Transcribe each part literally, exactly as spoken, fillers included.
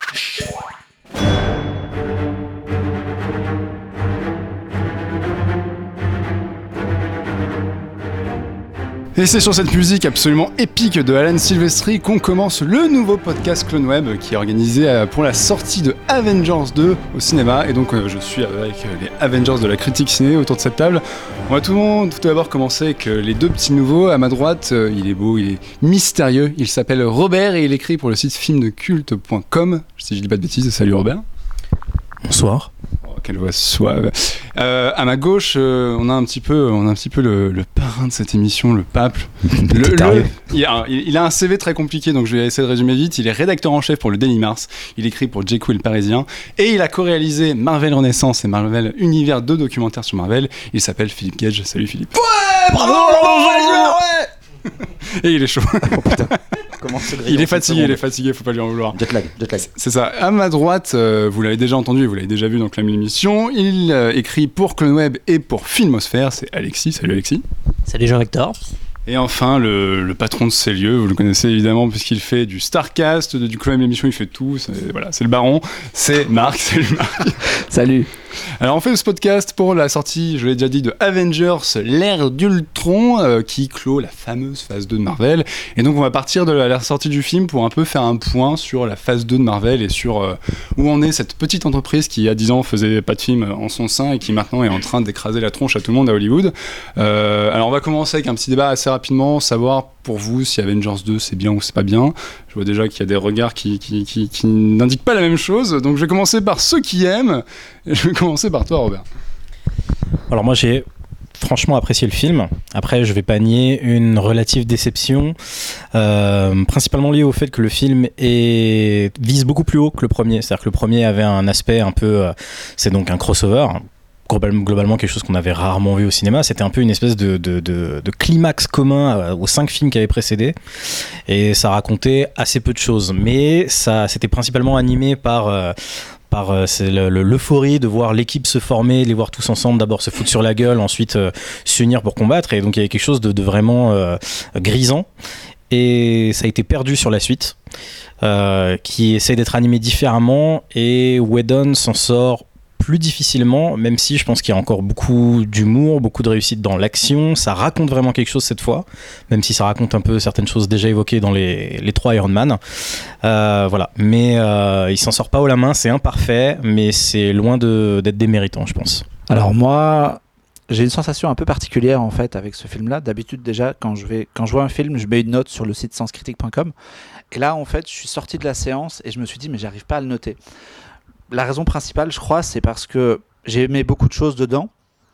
Et c'est sur cette musique absolument épique de Alan Silvestri qu'on commence le nouveau podcast Clone Web qui est organisé pour la sortie de Avengers deux au cinéma. Et donc je suis avec les Avengers de la critique ciné autour de cette table. On va tout, le monde, tout d'abord commencer avec les deux petits nouveaux. À ma droite, il est beau, il est mystérieux. Il s'appelle Robert et il écrit pour le site film de culte point com. Si je dis pas de bêtises, salut Robert. Bonsoir. Oh, quelle voix suave. Euh, à ma gauche, euh, on a un petit peu, on a un petit peu le, le parrain de cette émission, le pape. le, le, il, a, il a un C V très compliqué, donc je vais essayer de résumer vite. Il est rédacteur en chef pour le Daily Mars. Il écrit pour J Q et le Parisien. Et il a co-réalisé Marvel Renaissance et Marvel Univers, deux documentaires sur Marvel. Il s'appelle Philippe Gage. Salut Philippe. Ouais, bravo, bravo, ouais. Et il est chaud. Oh putain. Comment il est fatigué, il est fatigué, faut pas lui en vouloir. Jet lag, jet lag. C'est ça. À ma droite, euh, vous l'avez déjà entendu et vous l'avez déjà vu dans l'émission, il euh, écrit pour Clone Web et pour Filmosphère, c'est Alexis. Salut Alexis. Salut Jean-Victor. Et enfin, le, le patron de ces lieux, vous le connaissez évidemment puisqu'il fait du Starcast, de, du Clone Web émission, il fait tout, c'est, voilà, c'est le baron, c'est Marc. Salut Marc. Salut. Alors on fait ce podcast pour la sortie, je l'ai déjà dit, de Avengers, l'ère d'Ultron, euh, qui clôt la fameuse phase deux de Marvel. Et donc on va partir de la, la sortie du film pour un peu faire un point sur la phase deux de Marvel et sur euh, où en est cette petite entreprise qui, il y a dix ans, faisait pas de film en son sein et qui maintenant est en train d'écraser la tronche à tout le monde à Hollywood. Euh, alors on va commencer avec un petit débat assez rapidement, savoir pour vous si Avengers deux c'est bien ou c'est pas bien. Je vois déjà qu'il y a des regards qui, qui, qui, qui n'indiquent pas la même chose, donc je vais commencer par ceux qui aiment. Je vais commencer par toi Robert. Alors moi j'ai franchement apprécié le film. Après je vais pas nier une relative déception, euh, principalement liée au fait que le film est... vise beaucoup plus haut que le premier. C'est-à-dire que le premier avait un aspect un peu... Euh, c'est donc un crossover, globalement quelque chose qu'on avait rarement vu au cinéma. C'était un peu une espèce de, de, de, de climax commun aux cinq films qui avaient précédé et ça racontait assez peu de choses, mais ça, c'était principalement animé par, euh, par euh, c'est le, le, l'euphorie de voir l'équipe se former, les voir tous ensemble, d'abord se foutre sur la gueule, ensuite euh, s'unir pour combattre, et donc il y avait quelque chose de, de vraiment euh, grisant, et ça a été perdu sur la suite, euh, qui essaie d'être animé différemment, et Whedon s'en sort plus difficilement, même si je pense qu'il y a encore beaucoup d'humour, beaucoup de réussite dans l'action. Ça raconte vraiment quelque chose cette fois, même si ça raconte un peu certaines choses déjà évoquées dans les, les trois Iron Man. Euh, voilà, mais euh, il s'en sort pas haut la main, c'est imparfait, mais c'est loin de, d'être déméritant, je pense. Alors moi, j'ai une sensation un peu particulière en fait avec ce film-là. D'habitude déjà, quand je, vais, quand je vois un film, je mets une note sur le site sens critique point com. Et là, en fait, je suis sorti de la séance et je me suis dit, mais j'arrive pas à le noter. La raison principale, je crois, c'est parce que j'ai aimé beaucoup de choses dedans,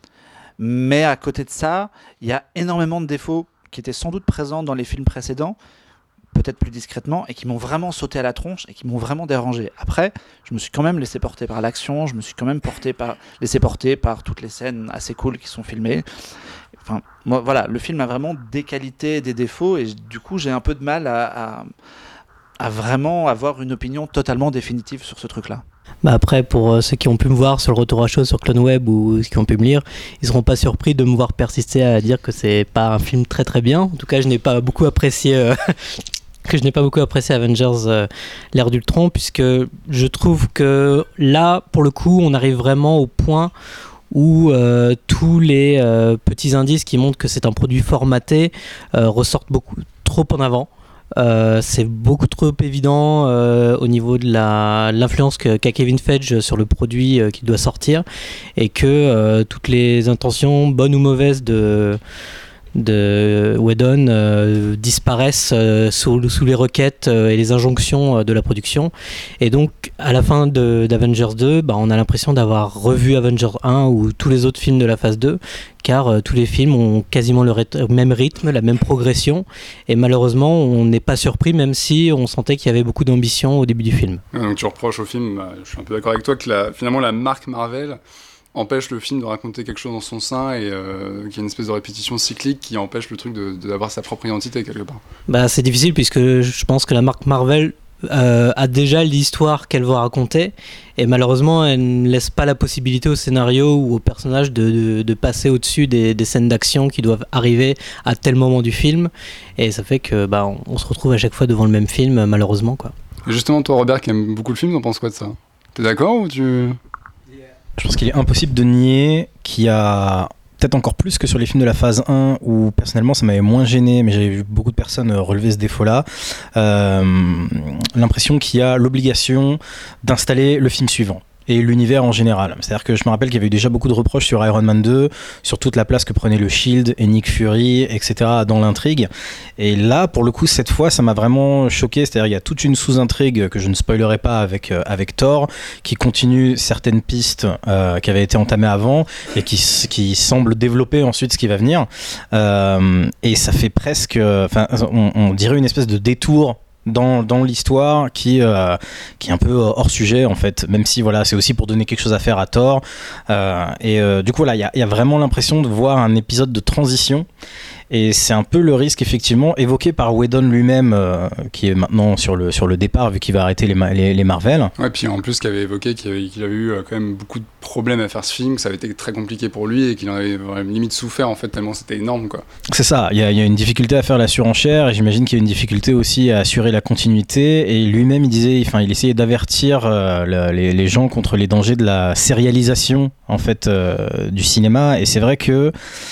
mais à côté de ça, il y a énormément de défauts qui étaient sans doute présents dans les films précédents, peut-être plus discrètement, et qui m'ont vraiment sauté à la tronche et qui m'ont vraiment dérangé. Après, je me suis quand même laissé porter par l'action, je me suis quand même porté par, laissé porter par toutes les scènes assez cool qui sont filmées. Enfin, moi, voilà, le film a vraiment des qualités et des défauts, et du coup, j'ai un peu de mal à, à, à vraiment avoir une opinion totalement définitive sur ce truc-là. Bah après, pour ceux qui ont pu me voir sur le retour à chaud sur Clone Web ou ceux qui ont pu me lire, ils seront pas surpris de me voir persister à dire que c'est pas un film très très bien. En tout cas, je n'ai pas beaucoup apprécié euh, que je n'ai pas beaucoup apprécié Avengers euh, l'ère d'Ultron, puisque je trouve que là, pour le coup, on arrive vraiment au point où euh, tous les euh, petits indices qui montrent que c'est un produit formaté euh, ressortent beaucoup trop en avant. Euh, c'est beaucoup trop évident euh, au niveau de la, l'influence que, qu'a Kevin Feige sur le produit euh, qui doit sortir, et que euh, toutes les intentions, bonnes ou mauvaises, de, de Whedon euh, disparaissent euh, sous, sous les requêtes euh, et les injonctions euh, de la production. Et donc à la fin de, d'Avengers deux, bah, on a l'impression d'avoir revu Avengers un ou tous les autres films de la phase deux, car euh, tous les films ont quasiment le ré- même rythme, la même progression, et malheureusement on n'est pas surpris, même si on sentait qu'il y avait beaucoup d'ambition au début du film. Donc tu reproches au film, bah, je suis un peu d'accord avec toi, que la, finalement la marque Marvel empêche le film de raconter quelque chose dans son sein, et euh, qu'il y a une espèce de répétition cyclique qui empêche le truc de, de, d'avoir sa propre identité quelque part. Bah, c'est difficile, puisque je pense que la marque Marvel euh, a déjà l'histoire qu'elle veut raconter, et malheureusement elle ne laisse pas la possibilité au scénario ou au personnage de, de, de passer au-dessus des, des scènes d'action qui doivent arriver à tel moment du film, et ça fait que bah, on, on se retrouve à chaque fois devant le même film, malheureusement, quoi. Et justement, toi, Robert, qui aime beaucoup le film, t'en penses quoi de ça ? T'es d'accord ou tu... Je pense qu'il est impossible de nier qu'il y a peut-être encore plus que sur les films de la phase un où personnellement ça m'avait moins gêné, mais j'avais vu beaucoup de personnes relever ce défaut-là, euh, l'impression qu'il y a l'obligation d'installer le film suivant et l'univers en général. C'est-à-dire que je me rappelle qu'il y avait eu déjà beaucoup de reproches sur Iron Man deux, sur toute la place que prenait le Shield et Nick Fury, et cetera dans l'intrigue. Et là, pour le coup, cette fois, ça m'a vraiment choqué. C'est-à-dire qu'il y a toute une sous-intrigue que je ne spoilerai pas avec, euh, avec Thor, qui continue certaines pistes euh, qui avaient été entamées avant et qui, qui semble développer ensuite ce qui va venir. Euh, et ça fait presque... Enfin, on, on dirait une espèce de détour dans, dans l'histoire qui, euh, qui est un peu hors sujet en fait, même si voilà, c'est aussi pour donner quelque chose à faire à Thor, euh, et euh, du coup là il y, y a vraiment l'impression de voir un épisode de transition, et c'est un peu le risque effectivement évoqué par Whedon lui-même, euh, qui est maintenant sur le, sur le départ vu qu'il va arrêter les, les, les Marvel. Ouais, puis en plus qu'il avait évoqué qu'il avait, qu'il avait eu quand même beaucoup de problèmes à faire ce film, que ça avait été très compliqué pour lui et qu'il en avait limite souffert en fait, tellement c'était énorme quoi. C'est ça, il y, y a une difficulté à faire la surenchère, et j'imagine qu'il y a une difficulté aussi à assurer la continuité, et lui-même il disait, enfin il essayait d'avertir euh, le, les, les gens contre les dangers de la sérialisation en fait euh, du cinéma, et c'est vrai que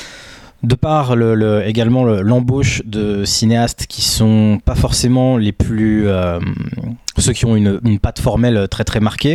de par le, le, également le, l'embauche de cinéastes qui sont pas forcément les plus euh, ceux qui ont une, une patte formelle très très marquée,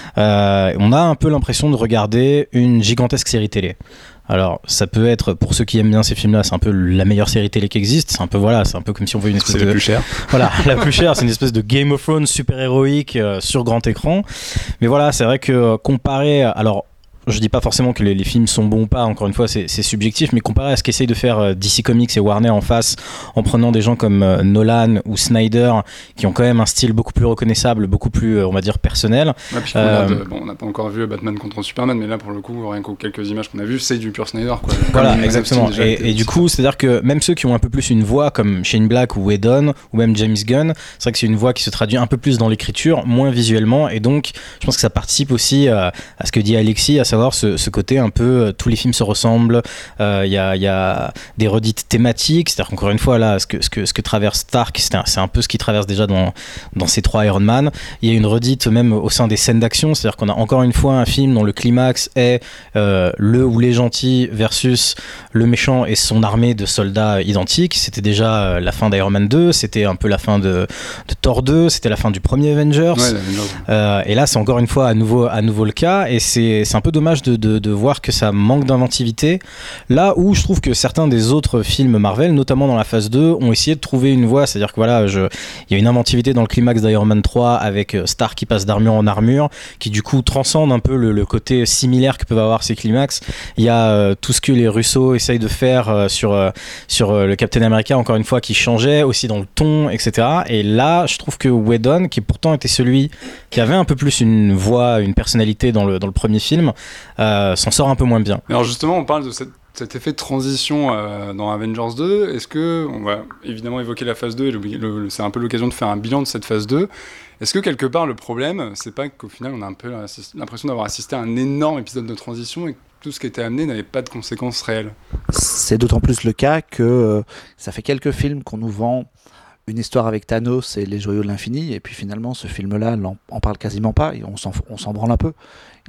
euh, on a un peu l'impression de regarder une gigantesque série télé. Alors ça peut être, pour ceux qui aiment bien ces films-là, c'est un peu la meilleure série télé qui existe. C'est un peu voilà, c'est un peu comme si on voyait une espèce c'est de la plus chère. Voilà, la plus chère, c'est une espèce de Game of Thrones super héroïque euh, sur grand écran. Mais voilà, c'est vrai que euh, comparé, alors je dis pas forcément que les, les films sont bons ou pas, encore une fois c'est, c'est subjectif, mais comparé à ce qu'essayent de faire euh, D C Comics et Warner en face, en prenant des gens comme euh, Nolan ou Snyder, qui ont quand même un style beaucoup plus reconnaissable, beaucoup plus euh, on va dire personnel. Ouais, puis euh, de, bon, on n'a pas encore vu Batman contre Superman, mais là pour le coup, rien qu'aux quelques images qu'on a vues, c'est du pur Snyder quoi. Voilà, comme exactement. Et, et du coup, c'est-à-dire que même ceux qui ont un peu plus une voix, comme Shane Black ou Whedon, ou même James Gunn, c'est vrai que c'est une voix qui se traduit un peu plus dans l'écriture, moins visuellement, et donc je pense que ça participe aussi euh, à ce que dit Alexis, à savoir ce, ce côté un peu, euh, tous les films se ressemblent, il euh, y, a, y a des redites thématiques, c'est-à-dire qu'encore une fois, là, ce que, ce que, ce que traverse Stark, c'est un, c'est un peu ce qui traverse déjà dans, dans ces trois Iron Man. Il y a une redite même au sein des scènes d'action, c'est-à-dire qu'on a encore une fois un film dont le climax est euh, le ou les gentils versus le méchant et son armée de soldats identiques. C'était déjà euh, la fin d'Iron Man deux, c'était un peu la fin de, de Thor deux, c'était la fin du premier Avengers. Ouais, l'Avengers. Euh, et là, c'est encore une fois à nouveau, à nouveau le cas, et c'est, c'est un peu dommage de, de, de voir que ça manque d'inventivité. Là où je trouve que certains des autres films Marvel, notamment dans la phase deux, ont essayé de trouver une voie, c'est-à-dire que voilà, je, il y a une inventivité dans le climax d'Iron Man trois avec Stark qui passe d'armure en armure, qui du coup transcende un peu le, le côté similaire que peuvent avoir ces climax. Il y a euh, tout ce que les Russo essayent de faire euh, sur, euh, sur euh, le Captain America, encore une fois, qui changeait aussi dans le ton, et cetera. Et là, je trouve que Whedon, qui pourtant était celui qui avait un peu plus une voix, une personnalité dans le, dans le premier film, euh, s'en sort un peu moins bien. Alors justement, on parle de cette, cet effet de transition euh, dans Avengers deux. Est-ce que, on va évidemment évoquer la phase deux, et le, le, c'est un peu l'occasion de faire un bilan de cette phase deux. Est-ce que quelque part le problème, c'est pas qu'au final on a un peu l'impression d'avoir assisté à un énorme épisode de transition et que tout ce qui était amené n'avait pas de conséquences réelles ? C'est d'autant plus le cas que euh, ça fait quelques films qu'on nous vend une histoire avec Thanos et les joyaux de l'infini, et puis finalement ce film-là n'en en parle quasiment pas, et on s'en, on s'en branle un peu.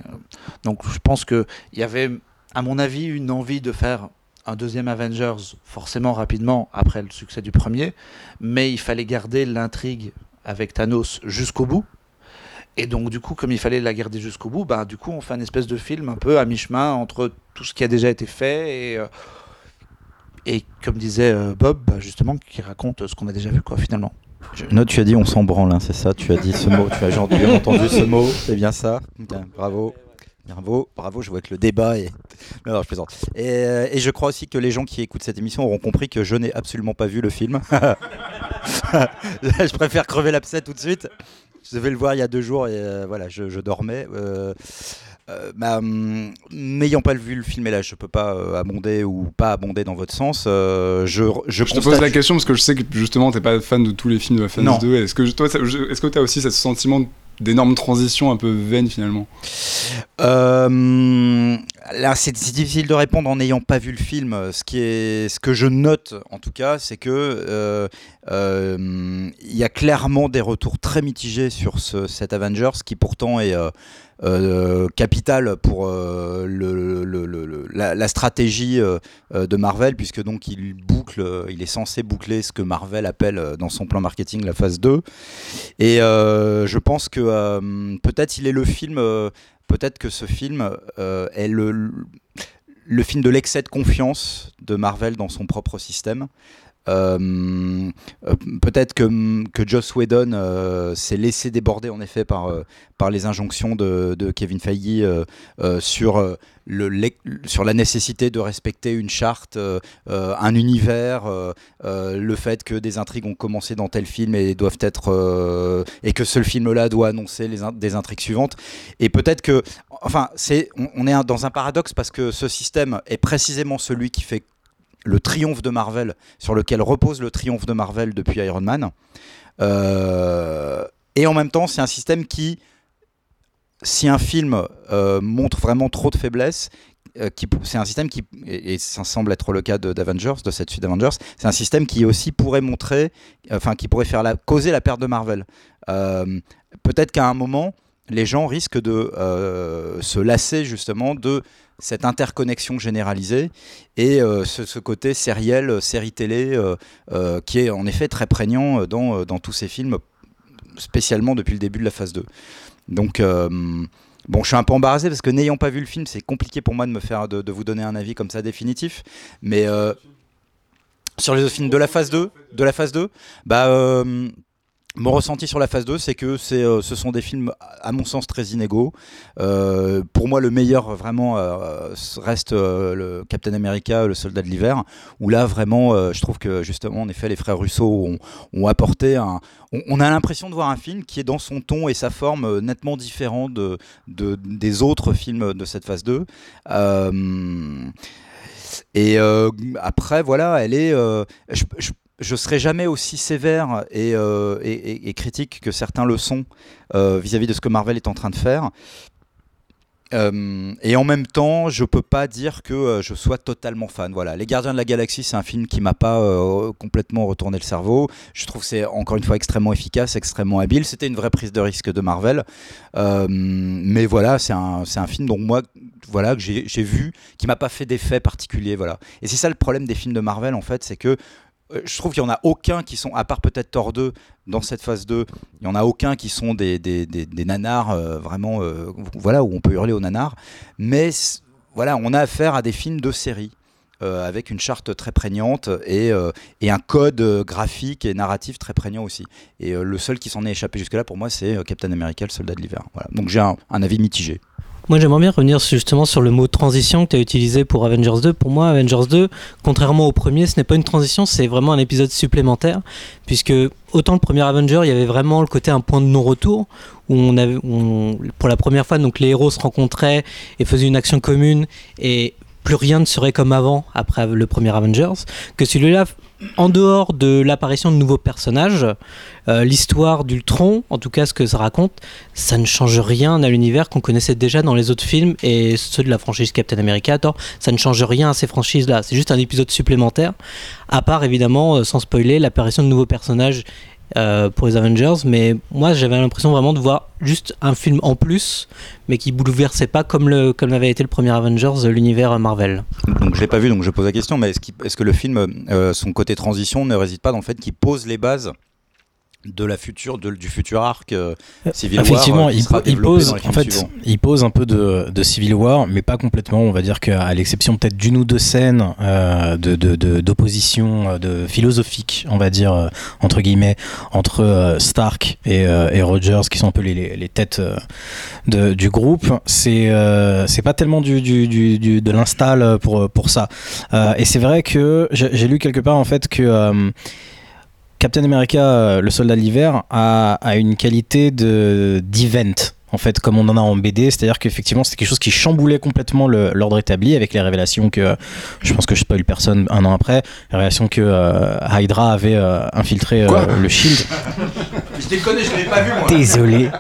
Donc je pense qu'il y avait, à mon avis, une envie de faire un deuxième Avengers forcément rapidement après le succès du premier, mais il fallait garder l'intrigue avec Thanos jusqu'au bout. Et donc du coup, comme il fallait la garder jusqu'au bout, bah, du coup on fait un espèce de film un peu à mi-chemin entre tout ce qui a déjà été fait et... Euh, Et comme disait euh, Bob, bah, justement, qui raconte ce qu'on a déjà vu, quoi, finalement. Je... Non, tu as dit on s'en branle, hein, c'est ça, tu as dit ce mot, tu as genre, bien entendu ce mot, c'est bien ça. Bien, bravo, bravo, bravo, je vois que le débat est... Non, non, je plaisante. Et, euh, et je crois aussi que les gens qui écoutent cette émission auront compris que je n'ai absolument pas vu le film. Je préfère crever l'abcès tout de suite. Je devais le voir il y a deux jours et euh, voilà, je, je dormais. Euh... Euh, bah, n'ayant pas vu le film, et là je peux pas euh, abonder ou pas abonder dans votre sens, euh, je, je, je te pose la question parce que je sais que justement t'es pas fan de tous les films de la phase deux. Est-ce que toi, ça, est-ce que t'as aussi ce sentiment d'énorme transition un peu vaine finalement? euh, là, c'est, c'est difficile de répondre en n'ayant pas vu le film. Ce, qui est, ce que je note, en tout cas, c'est que euh, euh, il y a clairement des retours très mitigés sur ce, cet Avengers, qui pourtant est euh, euh, capital pour euh, le, le, le, le, la, la stratégie euh, de Marvel, puisque donc il boucle, il est censé boucler ce que Marvel appelle dans son plan marketing la phase deux. Et euh, je pense que euh, peut-être il est le film. Euh, Peut-être que ce film euh, est le, le film de l'excès de confiance de Marvel dans son propre système. Euh, euh, peut-être que, que Joss Whedon euh, s'est laissé déborder en effet par, euh, par les injonctions de, de Kevin Feige euh, euh, sur, euh, le, sur la nécessité de respecter une charte, euh, euh, un univers, euh, euh, le fait que des intrigues ont commencé dans tel film et doivent être euh, et que ce film-là doit annoncer les in- des intrigues suivantes. Et peut-être que, enfin, c'est, on, on est dans un paradoxe parce que ce système est précisément celui qui fait le triomphe de Marvel, sur lequel repose le triomphe de Marvel depuis Iron Man. Euh, et en même temps, c'est un système qui, si un film euh, montre vraiment trop de faiblesses, euh, qui, c'est un système qui, et, et ça semble être le cas de, d'Avengers, de cette suite d'Avengers, c'est un système qui aussi pourrait montrer, enfin qui pourrait faire la, causer la perte de Marvel. Euh, peut-être qu'à un moment, les gens risquent de euh, se lasser justement de cette interconnexion généralisée et euh, ce, ce côté sériel, série télé, euh, euh, qui est en effet très prégnant dans, dans tous ces films, spécialement depuis le début de la phase deux. Donc, euh, bon, je suis un peu embarrassé parce que n'ayant pas vu le film, c'est compliqué pour moi de, me faire, de, de vous donner un avis comme ça définitif. Mais euh, sur les autres films de la phase deux, de la phase deux bah... Euh, Mon ressenti sur la phase deux, c'est que c'est, euh, ce sont des films, à mon sens, très inégaux. Euh, pour moi, le meilleur, vraiment, euh, reste euh, le Captain America, le Soldat de l'hiver, où là, vraiment, euh, je trouve que, justement, en effet, les frères Russo ont, ont apporté un... On, on a l'impression de voir un film qui est dans son ton et sa forme euh, nettement différent de, de, des autres films de cette phase deux. Euh, et euh, après, voilà, elle est... Euh, je, je, Je ne serai jamais aussi sévère et, euh, et, et, et critique que certains le sont euh, vis-à-vis de ce que Marvel est en train de faire. Euh, et en même temps, je ne peux pas dire que euh, je sois totalement fan. Voilà. Les Gardiens de la Galaxie, c'est un film qui ne m'a pas euh, complètement retourné le cerveau. Je trouve que c'est encore une fois extrêmement efficace, extrêmement habile. C'était une vraie prise de risque de Marvel. Euh, mais voilà, c'est un, c'est un film dont moi, voilà, que j'ai, j'ai vu, qui ne m'a pas fait d'effet particulier. Voilà. Et c'est ça le problème des films de Marvel, en fait, c'est que je trouve qu'il n'y en a aucun qui sont, à part peut-être Thor deux, dans cette phase deux, il n'y en a aucun qui sont des, des, des, des nanars, euh, vraiment, euh, voilà, où on peut hurler aux nanars. Mais voilà, on a affaire à des films de série, euh, avec une charte très prégnante et, euh, et un code graphique et narratif très prégnant aussi. Et euh, le seul qui s'en est échappé jusque-là, pour moi, c'est Captain America, le Soldat de l'hiver. Voilà. Donc j'ai un, un avis mitigé. Moi, j'aimerais bien revenir justement sur le mot transition que tu as utilisé pour Avengers deux. Pour moi, Avengers deux, contrairement au premier, ce n'est pas une transition, c'est vraiment un épisode supplémentaire, puisque autant le premier Avenger, il y avait vraiment le côté un point de non-retour, où on avait, où on, pour la première fois, donc les héros se rencontraient et faisaient une action commune, et plus rien ne serait comme avant, après le premier Avengers, que celui-là, en dehors de l'apparition de nouveaux personnages, euh, l'histoire d'Ultron, en tout cas ce que ça raconte, ça ne change rien à l'univers qu'on connaissait déjà dans les autres films et ceux de la franchise Captain America. Attends, ça ne change rien à ces franchises-là, c'est juste un épisode supplémentaire, à part évidemment, euh, sans spoiler, l'apparition de nouveaux personnages euh, pour les Avengers, mais moi j'avais l'impression vraiment de voir juste un film en plus, mais qui bouleversait pas comme, le, comme avait été le premier Avengers de l'univers Marvel. Donc je l'ai pas vu, donc je pose la question, mais est-ce, qu'il, est-ce que le film, euh, son côté transition ne réside pas dans le fait qu'il pose les bases de la future, de, du futur arc euh, Civil Effectivement, War, euh, qui il, sera il développé pose, dans les films en fait, suivants. il pose un peu de, de Civil War, mais pas complètement. On va dire qu'à l'exception peut-être d'une ou deux scènes euh, de, de, de, d'opposition, de philosophique, on va dire euh, entre guillemets, entre euh, Stark et, euh, et Rogers, qui sont un peu les, les, les têtes euh, de, du groupe. C'est euh, c'est pas tellement du, du, du, du de l'install pour pour ça. Euh, et c'est vrai que j'ai, j'ai lu quelque part en fait que euh, Captain America, le soldat de l'hiver, a, a une qualité de, d'event. en fait, comme on en a en B D, c'est-à-dire qu'effectivement c'était quelque chose qui chamboulait complètement le, l'ordre établi avec les révélations que, je pense que je spoil personne un an après, les révélations que euh, Hydra avait euh, infiltré euh, le Shield. Je déconne, je l'avais pas vu moi. Désolé.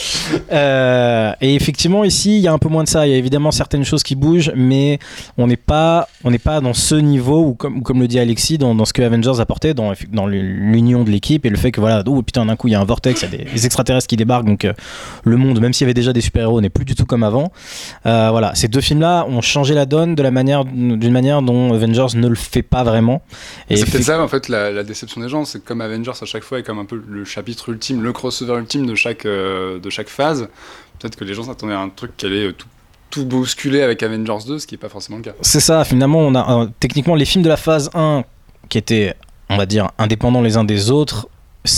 Euh, et effectivement ici il y a un peu moins de ça, il y a évidemment certaines choses qui bougent, mais on n'est pas, on n'est pas dans ce niveau où, comme, comme le dit Alexis, dans, dans ce que Avengers apportait, dans, dans l'union de l'équipe et le fait que voilà, oh putain d'un coup il y a un vortex, il y a des, des extraterrestres qui débarquent, donc euh, le monde, même s'il y avait déjà des super-héros, n'est plus du tout comme avant. Euh, voilà, ces deux films-là ont changé la donne de la manière, d'une manière dont Avengers ne le fait pas vraiment. Et c'est peut-être fait... ça en fait la, la déception des gens, c'est que comme Avengers à chaque fois est comme un peu le chapitre ultime, le crossover ultime de chaque, euh, de chaque phase, peut-être que les gens s'attendaient à un truc qui allait tout tout bousculé avec Avengers deux, ce qui n'est pas forcément le cas. C'est ça, finalement, on a euh, techniquement les films de la phase un qui étaient, on va dire, indépendants les uns des autres,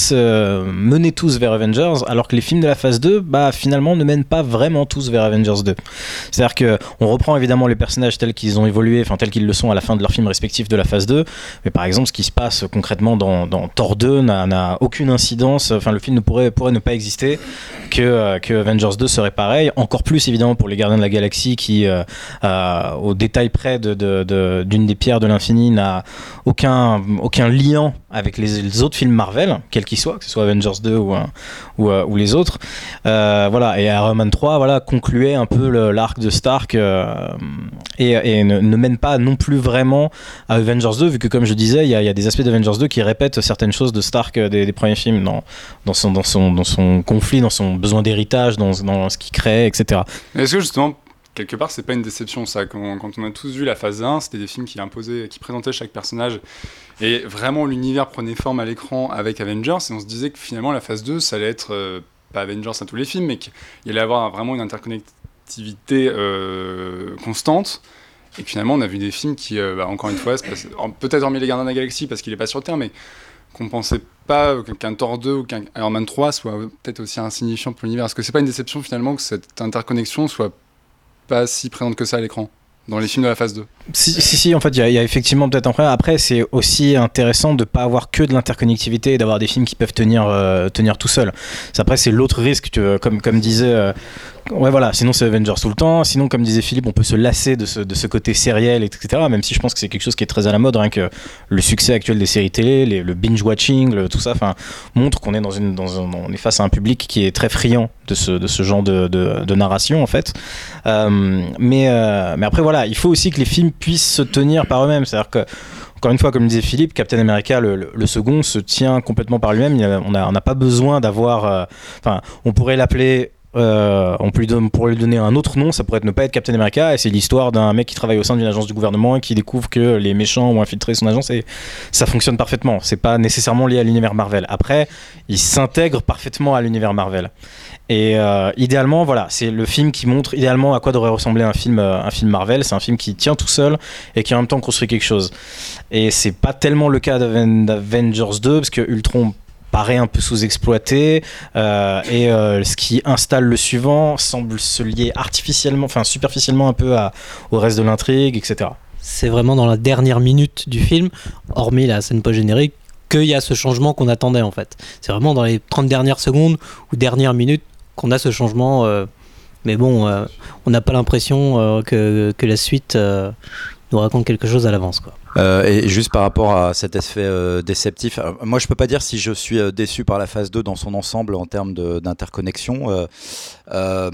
se menaient tous vers Avengers, alors que les films de la phase deux, bah, finalement, ne mènent pas vraiment tous vers Avengers deux. C'est-à-dire qu'on reprend évidemment les personnages tels qu'ils ont évolué, enfin tels qu'ils le sont à la fin de leurs films respectifs de la phase deux, mais par exemple, ce qui se passe concrètement dans, dans Thor deux n'a, n'a aucune incidence, enfin le film ne pourrait, pourrait ne pas exister, que, euh, que Avengers deux serait pareil, encore plus évidemment pour les Gardiens de la Galaxie qui, euh, euh, au détail près de, de, de, d'une des pierres de l'infini, n'a aucun, aucun lien avec les, les autres films Marvel, quels qu'ils soient, que ce soit Avengers deux ou, ou, ou les autres. Euh, voilà, et Iron Man trois voilà, concluait un peu le, l'arc de Stark euh, et, et ne, ne mène pas non plus vraiment à Avengers deux, vu que comme je disais, il y, y a des aspects d'Avengers deux qui répètent certaines choses de Stark des, des premiers films, dans, dans, son, dans, son, dans son conflit, dans son besoin d'héritage, dans, dans ce qu'il crée, et cetera. Est-ce que justement, quelque part, c'est pas une déception ça, quand, quand on a tous vu la phase un, c'était des films qui imposaient, qui présentaient chaque personnage, et vraiment l'univers prenait forme à l'écran avec Avengers, et on se disait que finalement la phase deux, ça allait être, euh, pas Avengers à tous les films, mais qu'il allait avoir vraiment une interconnectivité euh, constante, et que finalement on a vu des films qui, euh, bah, encore une fois, passait, peut-être hormis les Gardiens de la Galaxie, parce qu'il est pas sur Terre, mais qu'on pensait pas qu'un Thor deux ou qu'un Iron Man trois soit peut-être aussi insignifiant pour l'univers. Est-ce que c'est pas une déception finalement que cette interconnexion soit pas si présente que ça à l'écran dans les films de la phase deux? Si, si, si, en fait, il y, y a effectivement peut-être un problème. Après, c'est aussi intéressant de ne pas avoir que de l'interconnectivité et d'avoir des films qui peuvent tenir, euh, tenir tout seuls. Après, c'est l'autre risque, tu vois, comme, comme disait... Euh, ouais, voilà, sinon c'est Avengers tout le temps. Sinon, comme disait Philippe, on peut se lasser de ce, de ce côté sériel, et cetera. Même si je pense que c'est quelque chose qui est très à la mode, rien que le succès actuel des séries télé, les, le binge-watching, le, tout ça, montre qu'on est, dans une, dans un, on est face à un public qui est très friand de ce, de ce genre de, de, de narration, en fait. Euh, mais, euh, mais après, voilà, il faut aussi que les films puissent se tenir par eux-mêmes. C'est-à-dire que, encore une fois, comme disait Philippe, Captain America, le, le, le second, se tient complètement par lui-même. Il a, on n'a on a pas besoin d'avoir... Enfin, euh, on pourrait l'appeler... Euh, on, peut lui donner, on pourrait lui donner un autre nom, ça pourrait être ne pas être Captain America, et c'est l'histoire d'un mec qui travaille au sein d'une agence du gouvernement et qui découvre que les méchants ont infiltré son agence, et ça fonctionne parfaitement. C'est pas nécessairement lié à l'univers Marvel. Après, il s'intègre parfaitement à l'univers Marvel. Et euh, idéalement, voilà, c'est le film qui montre idéalement à quoi devrait ressembler un film, euh, un film Marvel. C'est un film qui tient tout seul et qui en même temps construit quelque chose. Et c'est pas tellement le cas d'Avengers deux, parce que Ultron paraît un peu sous-exploité euh, et euh, ce qui installe le suivant semble se lier artificiellement, enfin superficiellement un peu à, au reste de l'intrigue, et cetera. C'est vraiment dans la dernière minute du film, hormis la scène post-générique, qu'il y a ce changement qu'on attendait en fait. C'est vraiment dans les trente dernières secondes ou dernières minutes qu'on a ce changement, euh, mais bon, euh, on n'a pas l'impression euh, que, que la suite euh, nous raconte quelque chose à l'avance, quoi. Euh, et juste par rapport à cet effet euh, déceptif, euh, moi je peux pas dire si je suis euh, déçu par la phase deux dans son ensemble en termes de, d'interconnexion. Euh, euh,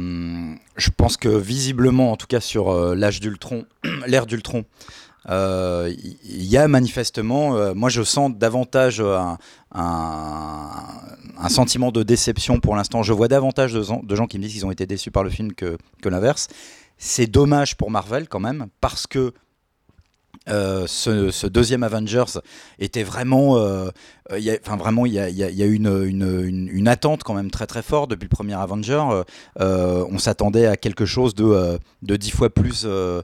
je pense que visiblement, en tout cas sur euh, l'âge d'Ultron, l'ère d'Ultron, il euh, y, y a manifestement, euh, moi je sens davantage un, un, un sentiment de déception pour l'instant. Je vois davantage de, de gens qui me disent qu'ils ont été déçus par le film que, que l'inverse. C'est dommage pour Marvel quand même, parce que Euh, ce, ce deuxième Avengers était vraiment, euh, y a, enfin vraiment, il y a, y a, y a une, une, une, une attente quand même très très forte depuis le premier Avenger. Euh, on s'attendait à quelque chose de, euh, de dix fois plus, euh,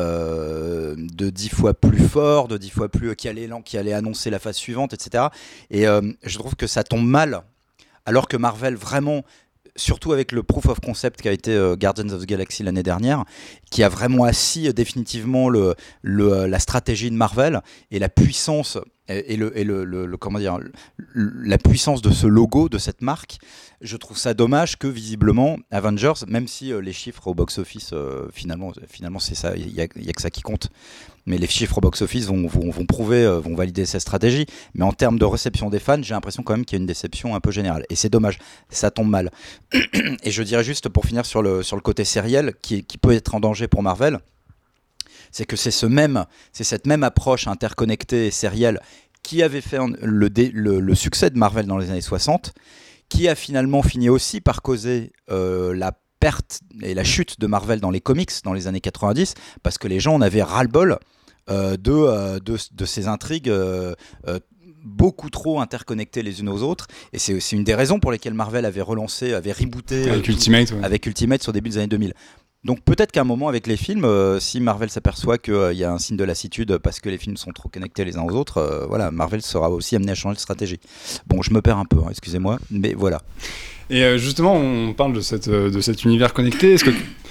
euh, de dix fois plus fort, de dix fois plus qui allait, qui allait annoncer la phase suivante, et cetera. Et euh, je trouve que ça tombe mal, alors que Marvel vraiment, surtout avec le proof of concept qui a été euh, Guardians of the Galaxy l'année dernière, qui a vraiment assis euh, définitivement le, le, la stratégie de Marvel et la puissance et, et, le, et le, le, le, comment dire, le, la puissance de ce logo, de cette marque, je trouve ça dommage que visiblement Avengers, même si euh, les chiffres au box-office, euh, finalement, finalement c'est ça, il n'y a, a que ça qui compte. Mais les chiffres au box-office vont, vont, vont prouver, euh, vont valider cette stratégie. Mais en termes de réception des fans, j'ai l'impression quand même qu'il y a une déception un peu générale. Et c'est dommage, ça tombe mal. Et je dirais juste pour finir sur le, sur le côté sériel, qui, qui peut être en danger pour Marvel, c'est que c'est, ce même, c'est cette même approche interconnectée et sérielle qui avait fait le, dé, le, le succès de Marvel dans les années soixante, qui a finalement fini aussi par causer euh, la perte et la chute de Marvel dans les comics dans les années quatre-vingt-dix, parce que les gens en avaient ras-le-bol euh, de, euh, de, de ces intrigues euh, euh, beaucoup trop interconnectées les unes aux autres, et c'est, c'est une des raisons pour lesquelles Marvel avait relancé, avait rebooté avec, euh, Ultimate, ouais. avec Ultimate sur début des années deux mille. Donc peut-être qu'à un moment avec les films, euh, si Marvel s'aperçoit qu'il euh, y a un signe de lassitude parce que les films sont trop connectés les uns aux autres, euh, voilà, Marvel sera aussi amené à changer de stratégie. Bon, je me perds un peu, hein, excusez-moi, mais voilà. Et euh, justement, on parle de, cette, de cet univers connecté. Est-ce que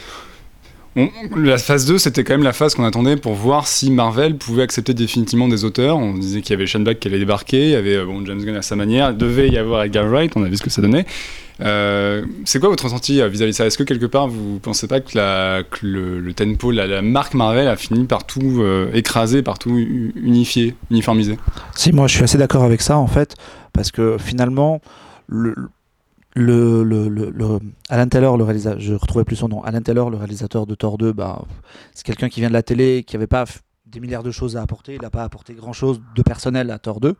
on, la phase deux, c'était quand même la phase qu'on attendait pour voir si Marvel pouvait accepter définitivement des auteurs. On disait qu'il y avait Shane Black qui allait débarquer, il y avait bon, James Gunn à sa manière, il devait y avoir Edgar Wright, on a vu ce que ça donnait. Euh, c'est quoi votre ressenti vis-à-vis de ça ? Est-ce que quelque part vous pensez pas que, la, que le, le tempo, la, la marque Marvel a fini par tout euh, écraser, par tout unifier, uniformiser ? Si, moi je suis assez d'accord avec ça en fait, parce que finalement, le, le, le, le, le Alan Taylor, le réalisateur, je retrouvais plus son nom, Alan Taylor, le réalisateur de Thor deux, bah, c'est quelqu'un qui vient de la télé, qui n'avait pas des milliards de choses à apporter, il n'a pas apporté grand-chose de personnel à Thor deux.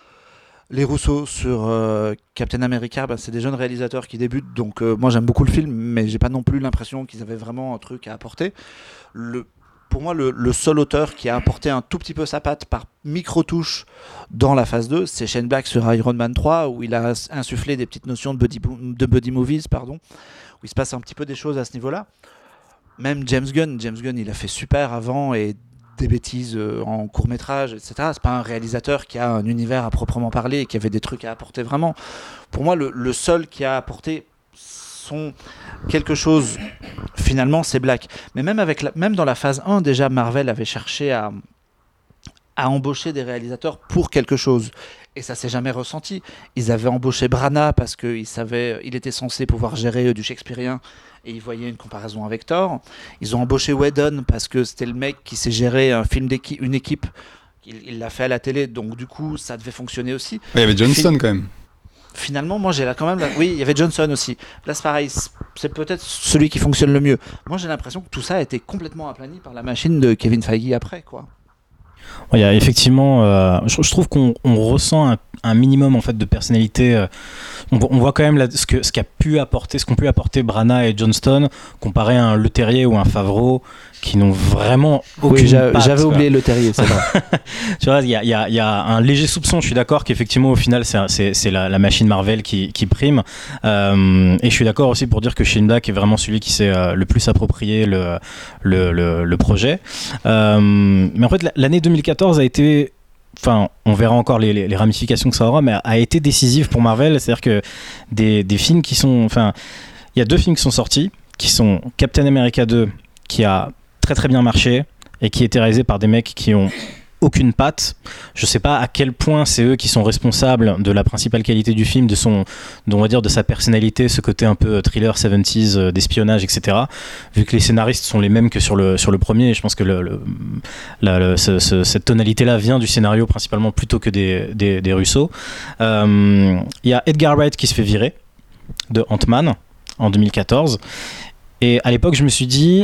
Les Russo sur euh, Captain America, bah, c'est des jeunes réalisateurs qui débutent, donc euh, moi j'aime beaucoup le film, mais j'ai pas non plus l'impression qu'ils avaient vraiment un truc à apporter. Le, pour moi, le, le seul auteur qui a apporté un tout petit peu sa patte par micro-touche dans la phase deux, c'est Shane Black sur Iron Man trois, où il a insufflé des petites notions de buddy, de buddy movies, pardon, où il se passe un petit peu des choses à ce niveau-là. Même James Gunn, James Gunn, il a fait super avant et des bêtises en court-métrage, et cetera. C'est pas un réalisateur qui a un univers à proprement parler et qui avait des trucs à apporter vraiment. Pour moi, le, le seul qui a apporté son quelque chose, finalement, c'est Black. Mais même, avec la, même dans la phase un, déjà, Marvel avait cherché à, à embaucher des réalisateurs pour quelque chose. Et ça s'est jamais ressenti. Ils avaient embauché Branagh parce qu'il savait, il était censé pouvoir gérer du shakespearien et ils voyaient une comparaison avec Thor. Ils ont embauché Whedon parce que c'était le mec qui sait gérer un film d'équipe, une équipe. Il, il l'a fait à la télé, donc du coup, ça devait fonctionner aussi. Il y avait Johnston Fin- quand même. Finalement, moi j'ai là quand même. La... Oui, il y avait Johnson aussi. Là, c'est pareil. C'est peut-être celui qui fonctionne le mieux. Moi, j'ai l'impression que tout ça a été complètement aplani par la machine de Kevin Feige après, quoi. Il y a effectivement, euh, je, je trouve qu'on on ressent un, un minimum en fait de personnalité. Euh, on, on voit quand même là, ce que ce qu'a pu apporter, ce qu'ont pu apporter Branagh et Johnston comparé à un Le Terrier ou un Favreau qui n'ont vraiment aucune oui, j'a, patte. J'avais quoi. oublié Le Terrier, c'est vrai. Tu vois, il y a, y, a, y a un léger soupçon. Je suis d'accord qu'effectivement, au final, c'est, c'est, c'est la, la machine Marvel qui, qui prime. Euh, et je suis d'accord aussi pour dire que Shane Black est vraiment celui qui s'est euh, le plus approprié le, le, le, le projet. Euh, mais en fait, l'année deux mille quatorze a été, enfin, on verra encore les, les, les ramifications que ça aura, mais a été décisive pour Marvel. C'est-à-dire que des, des films qui sont, enfin, il y a deux films qui sont sortis, qui sont Captain America deux, qui a très très bien marché et qui était réalisé par des mecs qui ont aucune patte. Je sais pas à quel point c'est eux qui sont responsables de la principale qualité du film, de son, de, on va dire, de sa personnalité, ce côté un peu thriller soixante-dix, euh, d'espionnage, et cetera. Vu que les scénaristes sont les mêmes que sur le sur le premier, et je pense que le, le, la, le, ce, ce, cette tonalité-là vient du scénario principalement plutôt que des des, des Russo. Il euh, y a Edgar Wright qui se fait virer de Ant-Man en deux mille quatorze, et à l'époque je me suis dit,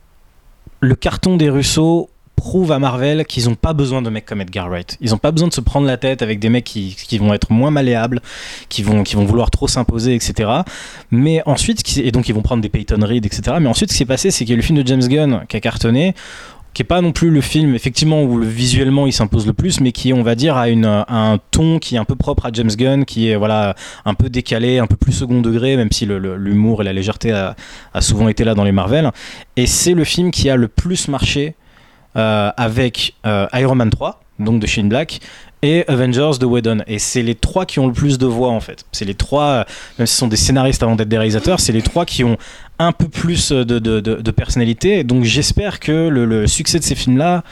le carton des Russo prouve à Marvel qu'ils n'ont pas besoin de mecs comme Edgar Wright. Ils n'ont pas besoin de se prendre la tête avec des mecs qui, qui vont être moins malléables, qui vont, qui vont vouloir trop s'imposer, et cetera. Mais ensuite, et donc ils vont prendre des Peyton Reed, et cetera. Mais ensuite, ce qui s'est passé, c'est qu'il y a le film de James Gunn qui a cartonné, qui n'est pas non plus le film, effectivement, où le, visuellement il s'impose le plus, mais qui, on va dire, a, une, a un ton qui est un peu propre à James Gunn, qui est voilà, un peu décalé, un peu plus second degré, même si le, le, l'humour et la légèreté a, a souvent été là dans les Marvel. Et c'est le film qui a le plus marché Euh, avec euh, Iron Man trois, donc de Shane Black, et Avengers de Whedon. Et c'est les trois qui ont le plus de voix en fait. C'est les trois, même si ce sont des scénaristes avant d'être des réalisateurs, c'est les trois qui ont un peu plus de, de, de, de personnalité. Donc j'espère que le, le succès de ces films-là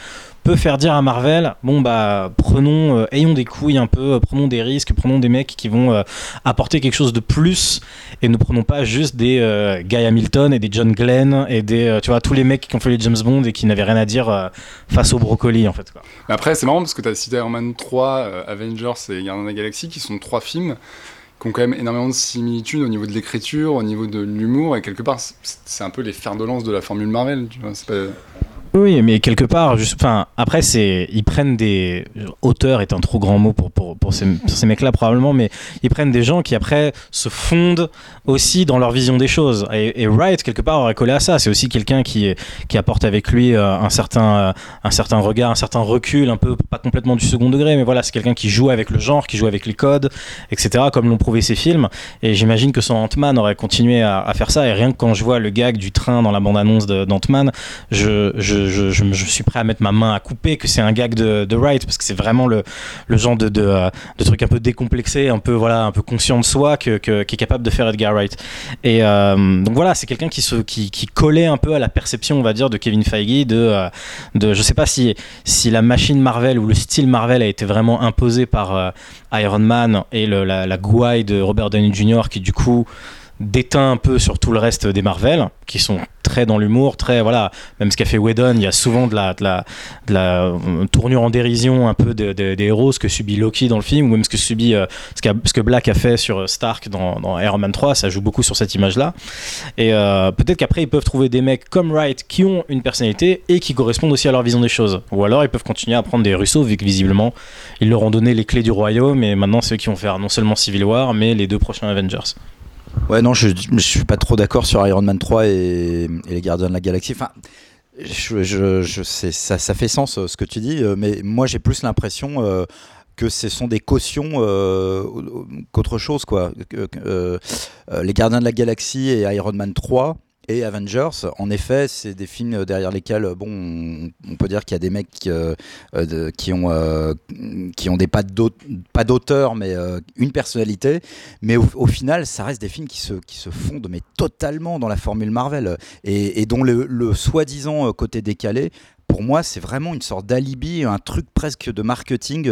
peut faire dire à Marvel, bon bah prenons, euh, ayons des couilles un peu, euh, prenons des risques, prenons des mecs qui vont euh, apporter quelque chose de plus et ne prenons pas juste des euh, Guy Hamilton et des John Glenn et des, euh, tu vois, tous les mecs qui ont fait les James Bond et qui n'avaient rien à dire euh, face au brocoli en fait, quoi. Mais après, c'est marrant parce que tu as cité Iron Man trois, euh, Avengers et Gardiens de la Galaxie qui sont trois films qui ont quand même énormément de similitudes au niveau de l'écriture, au niveau de l'humour, et quelque part, c'est, c'est un peu les fers de lance de la formule Marvel, tu vois, c'est pas... Oui, mais quelque part, juste, enfin, après, c'est, ils prennent des auteurs est un trop grand mot pour pour pour ces, pour ces mecs-là probablement, mais ils prennent des gens qui après se fondent aussi dans leur vision des choses. Et, et Wright quelque part aurait collé à ça. C'est aussi quelqu'un qui qui apporte avec lui euh, un certain euh, un certain regard, un certain recul, un peu pas complètement du second degré, mais voilà, c'est quelqu'un qui joue avec le genre, qui joue avec les codes, et cetera. Comme l'ont prouvé ses films. Et j'imagine que son Ant-Man aurait continué à, à faire ça. Et rien que quand je vois le gag du train dans la bande-annonce de, d'Ant-Man, je je Je, je, je suis prêt à mettre ma main à couper que c'est un gag de, de Wright, parce que c'est vraiment le, le genre de, de, de truc un peu décomplexé, un peu, voilà, un peu conscient de soi que, que, qui est capable de faire Edgar Wright. Et euh, donc voilà, c'est quelqu'un qui, se, qui, qui collait un peu à la perception, on va dire, de Kevin Feige, de, de je sais pas si, si la machine Marvel ou le style Marvel a été vraiment imposé par euh, Iron Man et le, la, la gouaille de Robert Downey junior qui du coup déteint un peu sur tout le reste des Marvel, qui sont très dans l'humour, très, voilà, même ce qu'a fait Whedon, il y a souvent de la, de la, de la euh, tournure en dérision un peu de, de, des héros, ce que subit Loki dans le film, ou même ce que subit, euh, ce, qu'a, ce que Black a fait sur Stark dans, dans Iron Man trois, ça joue beaucoup sur cette image-là. Et euh, peut-être qu'après, ils peuvent trouver des mecs comme Wright qui ont une personnalité et qui correspondent aussi à leur vision des choses. Ou alors, ils peuvent continuer à prendre des Russo, vu que visiblement, ils leur ont donné les clés du royaume, et maintenant, c'est eux qui vont faire non seulement Civil War, mais les deux prochains Avengers. Ouais, non, je, je suis pas trop d'accord sur Iron Man trois et, et les Gardiens de la Galaxie. Enfin, je, je, je sais, ça, ça fait sens ce que tu dis, mais moi j'ai plus l'impression euh, que ce sont des cautions euh, qu'autre chose, quoi. Euh, euh, les Gardiens de la Galaxie et Iron Man trois et Avengers, en effet, c'est des films derrière lesquels, bon, on, on peut dire qu'il y a des mecs qui, euh, de, qui ont, euh, qui ont des pas, pas d'auteur, mais euh, une personnalité. Mais au, au final, ça reste des films qui se, qui se fondent mais totalement dans la formule Marvel et, et dont le, le soi-disant côté décalé, pour moi, c'est vraiment une sorte d'alibi, un truc presque de marketing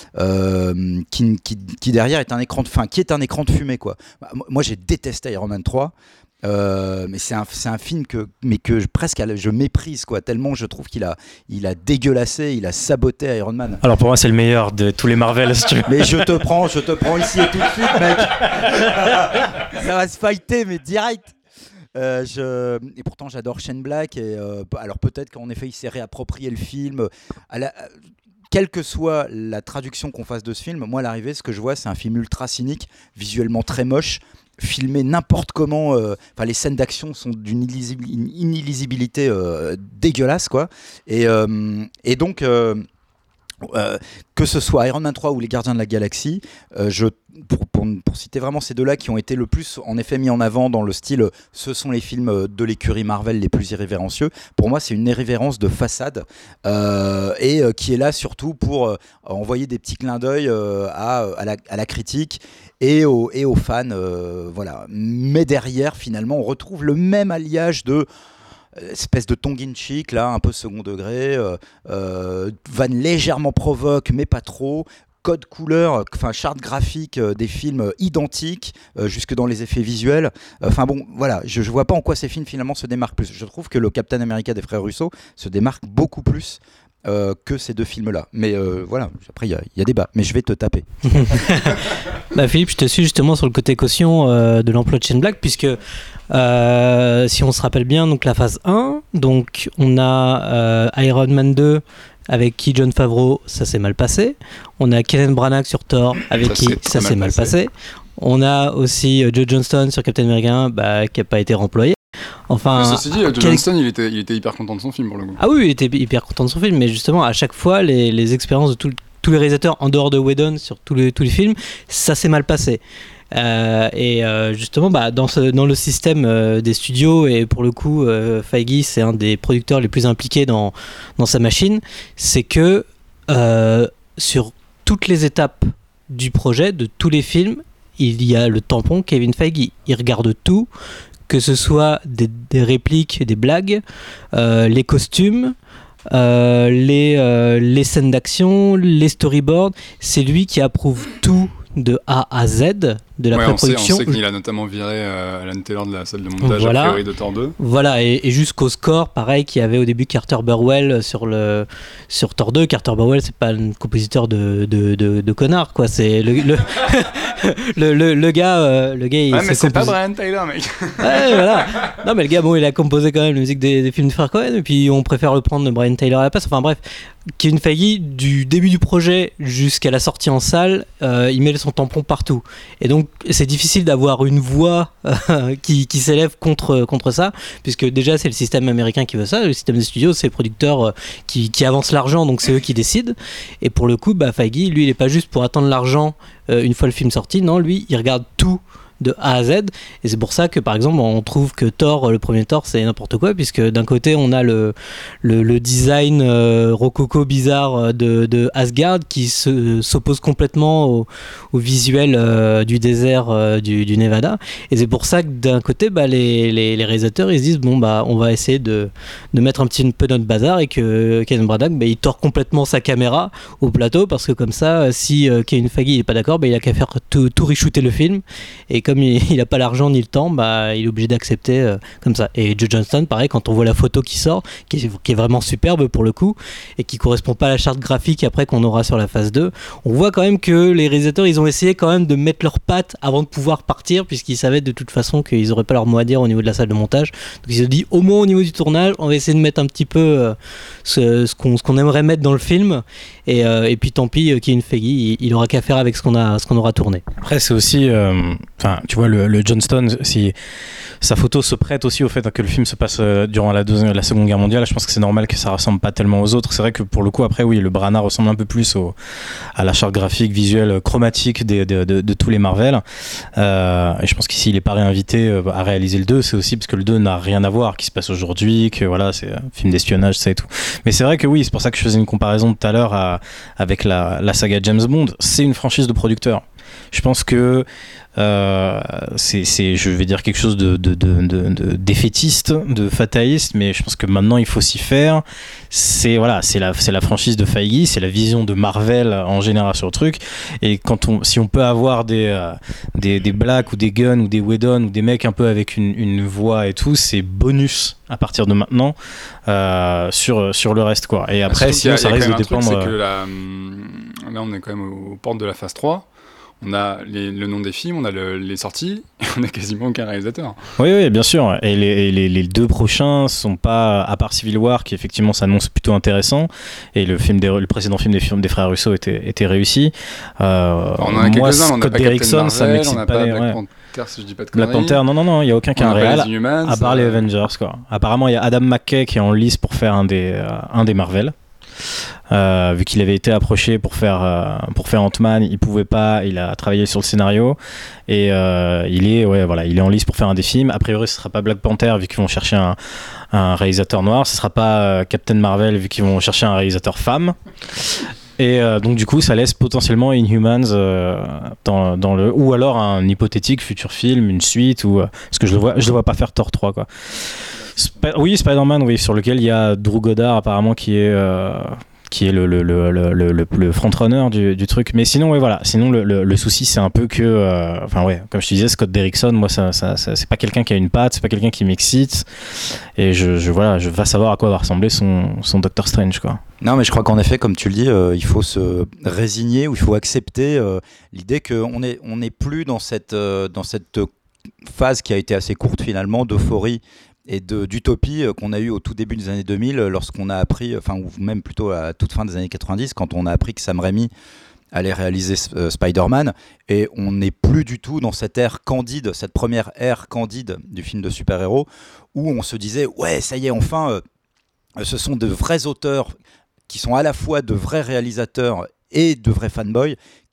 euh, qui, qui, qui derrière est un écran de, fin, qui est un écran de fumée, quoi. Moi, j'ai détesté Iron Man trois. Euh, mais c'est un, c'est un film que, mais que je, presque je méprise, quoi, tellement je trouve qu'il a, il a dégueulassé, il a saboté Iron Man. Alors pour moi c'est le meilleur de tous les Marvel, si tu veux. Mais je te prends, je te prends ici et tout de suite, mec. Ça va se fighter, mais direct. Euh, je... Et pourtant j'adore Shane Black et euh, alors peut-être qu'en effet il s'est réapproprié le film à la... Quelle que soit la traduction qu'on fasse de ce film, moi à l'arrivée ce que je vois c'est un film ultra cynique, visuellement très moche, filmé n'importe comment, enfin euh, les scènes d'action sont d'une inillisibilité euh, dégueulasse, quoi, et, euh, et donc euh, euh, que ce soit Iron Man trois ou les Gardiens de la Galaxie, euh, je, pour, pour, pour citer vraiment ces deux-là qui ont été le plus en effet mis en avant dans le style, ce sont les films de l'écurie Marvel les plus irrévérencieux, pour moi c'est une irrévérence de façade euh, et euh, qui est là surtout pour euh, envoyer des petits clins d'œil euh, à, à, la, à la critique et aux, et aux fans, euh, voilà. Mais derrière finalement on retrouve le même alliage de espèce de tongue-in-cheek, là, un peu second degré, euh, euh, vanne légèrement provoque, mais pas trop, code couleur, enfin charte graphique euh, des films identiques, euh, jusque dans les effets visuels. Enfin euh, bon, voilà, je, je vois pas en quoi ces films finalement se démarquent plus. Je trouve que le Captain America des frères Russo se démarque beaucoup plus Euh, que ces deux films-là. Mais euh, voilà, après il y, y a débat, mais je vais te taper. Bah Philippe, je te suis justement sur le côté caution euh, de l'emploi de Shane Black, puisque euh, si on se rappelle bien, donc la phase un, donc on a euh, Iron Man deux avec qui Jon Favreau, ça s'est mal passé. On a Kenneth Branagh sur Thor, avec ça qui ça s'est mal passé. passé. On a aussi euh, Joe Johnston sur Captain America, bah, qui n'a pas été remployé. Enfin, mais ceci dit, Joe quel... Johnston, il était, il était hyper content de son film pour le coup. Ah oui, il était hyper content de son film, mais justement, à chaque fois, les, les expériences de tout, tous les réalisateurs en dehors de Whedon sur tous les, tous les films, ça s'est mal passé. Euh, et euh, justement, bah, dans, ce, dans le système euh, des studios, et pour le coup, euh, Feige, c'est un des producteurs les plus impliqués dans, dans sa machine, c'est que euh, sur toutes les étapes du projet, de tous les films, il y a le tampon Kevin Feige. Il regarde tout, que ce soit des, des répliques, des blagues, euh, les costumes, euh, les, euh, les scènes d'action, les storyboards. C'est lui qui approuve tout de A à Z de la ouais, pré-production. On sait, on sait qu'il a notamment viré euh, Alan Taylor de la salle de montage voilà. a priori de Thor deux. Voilà, et, et jusqu'au score, pareil, qu'il y avait au début Carter Burwell sur, le, sur Thor deux. Carter Burwell, c'est pas un compositeur de, de, de, de connard, quoi. C'est le, le, le, le, le gars. Euh, le gars il ouais, mais c'est compos... pas Brian Tyler, mec. Ouais, voilà. Non, mais le gars, bon, il a composé quand même la musique des, des films de frères Cohen, et puis on préfère le prendre de Brian Tyler à la place. Enfin bref, Kevin Feige, du début du projet jusqu'à la sortie en salle, euh, il met son tampon partout. Et donc, c'est difficile d'avoir une voix euh, qui, qui s'élève contre, contre ça, puisque déjà, c'est le système américain qui veut ça. Le système des studios, c'est les producteurs euh, qui, qui avancent l'argent, donc c'est eux qui décident. Et pour le coup, bah, Feige, lui, il n'est pas juste pour attendre l'argent euh, une fois le film sorti. Non, lui, il regarde tout de A à Z, et c'est pour ça que par exemple on trouve que Thor, le premier Thor, c'est n'importe quoi, puisque d'un côté on a le, le, le design euh, rococo bizarre de, de Asgard qui se, s'oppose complètement au, au visuel euh, du désert euh, du, du Nevada, et c'est pour ça que d'un côté bah, les, les, les réalisateurs ils se disent bon bah on va essayer de, de mettre un petit un peu notre bazar, et que Kevin Branagh bah, il tord complètement sa caméra au plateau, parce que comme ça si euh, Kevin Feige il est pas d'accord, bah, il a qu'à faire tout, tout re-shooter le film, et comme il n'a pas l'argent ni le temps, bah, il est obligé d'accepter euh, comme ça. Et Joe Johnston, pareil, quand on voit la photo qui sort, qui est, qui est vraiment superbe pour le coup, et qui correspond pas à la charte graphique après qu'on aura sur la phase deux, on voit quand même que les réalisateurs, ils ont essayé quand même de mettre leurs pattes avant de pouvoir partir, puisqu'ils savaient de toute façon qu'ils n'auraient pas leur mot à dire au niveau de la salle de montage. Donc ils se sont dit, au moins au niveau du tournage, on va essayer de mettre un petit peu euh, ce, ce, qu'on, ce qu'on aimerait mettre dans le film, et, euh, et puis tant pis, Kevin Feige, il, il aura qu'à faire avec ce qu'on, a, ce qu'on aura tourné. Après, c'est aussi, enfin, euh, tu vois, le, le Johnston, si sa photo se prête aussi au fait que le film se passe euh, durant la, deuxième, la Seconde Guerre mondiale, je pense que c'est normal que ça ressemble pas tellement aux autres. C'est vrai que pour le coup, après, oui, le Branagh ressemble un peu plus au, à la charte graphique, visuelle, chromatique des, de, de, de tous les Marvel. Euh, et je pense qu'ici, il est pas réinvité euh, à réaliser le deux, c'est aussi parce que le deux n'a rien à voir, qui se passe aujourd'hui, que voilà, c'est un film d'espionnage, ça et tout. Mais c'est vrai que oui, c'est pour ça que je faisais une comparaison tout à l'heure à, avec la, la saga James Bond. C'est une franchise de producteurs. Je pense que euh, c'est, c'est, je vais dire quelque chose de, de, de, de, de défaitiste, de fataliste, mais je pense que maintenant il faut s'y faire. C'est, voilà, c'est, la, c'est la franchise de Feige, c'est la vision de Marvel en général sur le truc. Et quand on, si on peut avoir des, euh, des, des Black ou des Gunn ou des Whedon ou des mecs un peu avec une, une voix et tout, c'est bonus à partir de maintenant euh, sur, sur le reste, quoi. Et après, sinon, ça risque de dépendre. Truc, c'est que la, là, on est quand même aux portes de la phase trois. On a les, le nom des films, on a le, les sorties, et on a quasiment aucun réalisateur. Oui, oui, bien sûr. Et les, les, les deux prochains sont pas, à part Civil War, qui effectivement s'annonce plutôt intéressant, et le, film des, le précédent film des, films des frères Russo était, était réussi. Euh, on en a moi, quelques-uns, on n'a pas Captain Marvel, ça m'excite on n'a pas. pas les, Black ouais. Panther, si je dis pas de conneries. Black Panther, non, non, non, il n'y a aucun qui a un réel, Humans, à part les euh... Avengers, quoi. Apparemment, il y a Adam McKay qui est en lice pour faire un des, euh, un des Marvel. Euh, vu qu'il avait été approché pour faire euh, pour faire Ant-Man, il pouvait pas, il a travaillé sur le scénario et euh, il est ouais voilà, il est en lice pour faire un des films. A priori, ce sera pas Black Panther vu qu'ils vont chercher un, un réalisateur noir, ce sera pas euh, Captain Marvel vu qu'ils vont chercher un réalisateur femme. Et euh, donc du coup, ça laisse potentiellement Inhumans euh, dans, dans le ou alors un hypothétique futur film, une suite ou euh, parce que je le vois je le vois pas faire Thor trois, quoi. Sp- oui, Spider-Man, oui, sur lequel il y a Drew Goddard apparemment qui est euh, qui est le le le le le, le frontrunner du, du truc. Mais sinon, ouais, voilà. Sinon, le, le, le souci, c'est un peu que, euh, enfin ouais, comme je te disais, Scott Derrickson, moi, ça, ça, ça c'est pas quelqu'un qui a une patte, c'est pas quelqu'un qui m'excite. Et je, je voilà, je vais savoir à quoi va ressembler son son Doctor Strange, quoi. Non, mais je crois qu'en effet, comme tu le dis, euh, il faut se résigner ou il faut accepter euh, l'idée qu'on est on n'est plus dans cette euh, dans cette phase qui a été assez courte finalement d'euphorie et de, d'utopie qu'on a eu au tout début des années deux mille lorsqu'on a appris, enfin ou même plutôt à toute fin des années quatre-vingt-dix, quand on a appris que Sam Raimi allait réaliser euh, Spider-Man, et on n'est plus du tout dans cette ère candide, cette première ère candide du film de super-héros, où on se disait ouais ça y est enfin, euh, ce sont de vrais auteurs qui sont à la fois de vrais réalisateurs et de vrais fanboys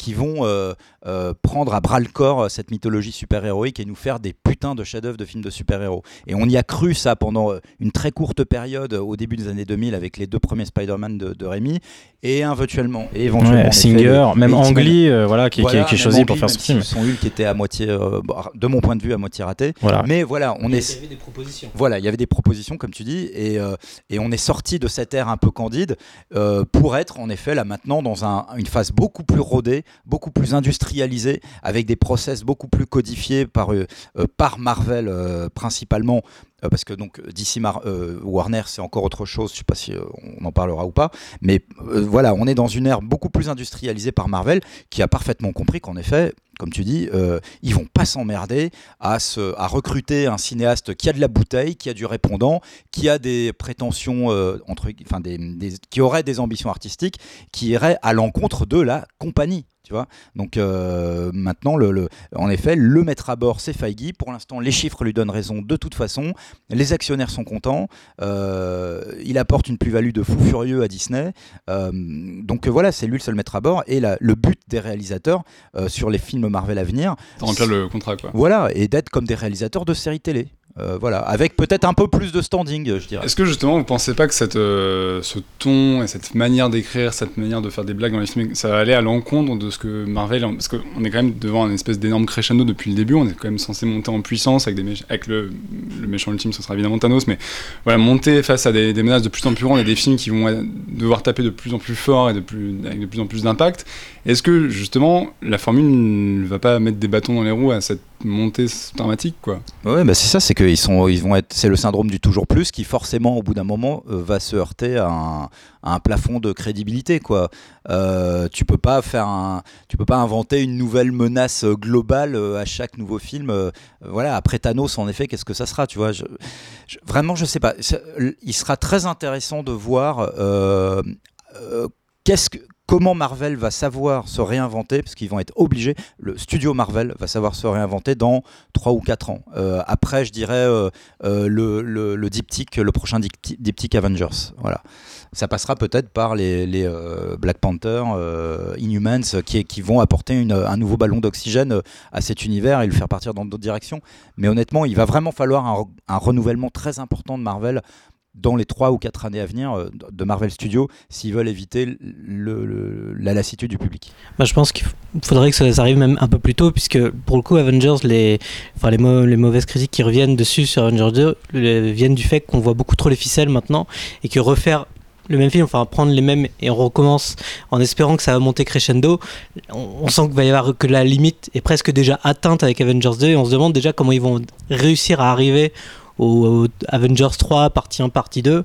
qui vont euh, euh, prendre à bras le corps cette mythologie super-héroïque et nous faire des putains de chefs-d'œuvre de films de super-héros. Et on y a cru ça pendant une très courte période au début des années deux mille avec les deux premiers Spider-Man de, de Raimi et éventuellement, et éventuellement ouais, Singer, effet, même les, Ang Lee, euh, voilà, qui, voilà, qui, qui est choisi Ang pour Lee, faire ce film. Son Hulk était à moitié, euh, de mon point de vue, à moitié raté. Voilà. Mais voilà, on Il est. y avait des propositions. Voilà, il y avait des propositions, comme tu dis, et, euh, et on est sorti de cette ère un peu candide euh, pour être, en effet, là maintenant, dans un, une phase beaucoup plus rodée, beaucoup plus industrialisée, avec des process beaucoup plus codifiés par, euh, par Marvel euh, principalement. Euh, parce que donc D C Mar- euh, Warner c'est encore autre chose, je sais pas si euh, on en parlera ou pas, mais euh, voilà, on est dans une ère beaucoup plus industrialisée par Marvel qui a parfaitement compris qu'en effet, comme tu dis, euh, ils vont pas s'emmerder à, se, à recruter un cinéaste qui a de la bouteille, qui a du répondant, qui a des prétentions, euh, entre, enfin des, des, qui aurait des ambitions artistiques, qui irait à l'encontre de la compagnie. Tu vois, donc euh, maintenant, le, le, en effet, le mettre à bord, c'est Feige. Pour l'instant, les chiffres lui donnent raison de toute façon. Les actionnaires sont contents. Euh, il apporte une plus-value de fou furieux à Disney. Euh, donc euh, voilà, c'est lui le seul mettre à bord. Et la, le but des réalisateurs euh, sur les films Marvel à venir, de remplir le contrat, quoi. Voilà, et d'être comme des réalisateurs de séries télé. Euh, voilà, avec peut-être un peu plus de standing, je dirais. Est-ce que justement vous pensez pas que cette, euh, ce ton et cette manière d'écrire, cette manière de faire des blagues dans les films, ça va aller à l'encontre de ce que Marvel, parce qu'on est quand même devant un espèce d'énorme crescendo depuis le début, on est quand même censé monter en puissance avec, des méch- avec le, le méchant ultime, ce sera évidemment Thanos, mais voilà, monter face à des, des menaces de plus en plus grandes et des films qui vont devoir taper de plus en plus fort et de plus, avec de plus en plus d'impact. Est-ce que justement la formule ne va pas mettre des bâtons dans les roues à cette montée dramatique, quoi? Ouais, bah c'est ça, c'est qu'ils sont, ils vont être, c'est le syndrome du toujours plus qui forcément au bout d'un moment euh, va se heurter à un, à un plafond de crédibilité, quoi. Euh, tu peux pas faire un, tu peux pas inventer une nouvelle menace globale euh, à chaque nouveau film. Euh, voilà, après Thanos, en effet, qu'est-ce que ça sera, tu vois? je, je, Vraiment, je sais pas. Ça, il sera très intéressant de voir euh, euh, qu'est-ce que comment Marvel va savoir se réinventer, parce qu'ils vont être obligés, le studio Marvel va savoir se réinventer dans trois ou quatre ans. Euh, après, je dirais euh, euh, le, le, le diptyque, le prochain diptyque, diptyque Avengers. Voilà. Ça passera peut-être par les, les euh, Black Panther, euh, Inhumans, qui, qui vont apporter une, un nouveau ballon d'oxygène à cet univers et le faire partir dans d'autres directions. Mais honnêtement, il va vraiment falloir un, un renouvellement très important de Marvel dans les trois ou quatre années à venir de Marvel Studios, s'ils veulent éviter le, le, la lassitude du public. Bah, je pense qu'il faudrait que ça arrive même un peu plus tôt, puisque pour le coup, Avengers, les, enfin, les, mau- les mauvaises critiques qui reviennent dessus sur Avengers deux les, viennent du fait qu'on voit beaucoup trop les ficelles maintenant, et que refaire le même film, enfin prendre les mêmes et on recommence en espérant que ça va monter crescendo, on, on sent qu'il va y avoir que la limite est presque déjà atteinte avec Avengers deux, et on se demande déjà comment ils vont réussir à arriver au, au Avengers trois, partie un, partie deux,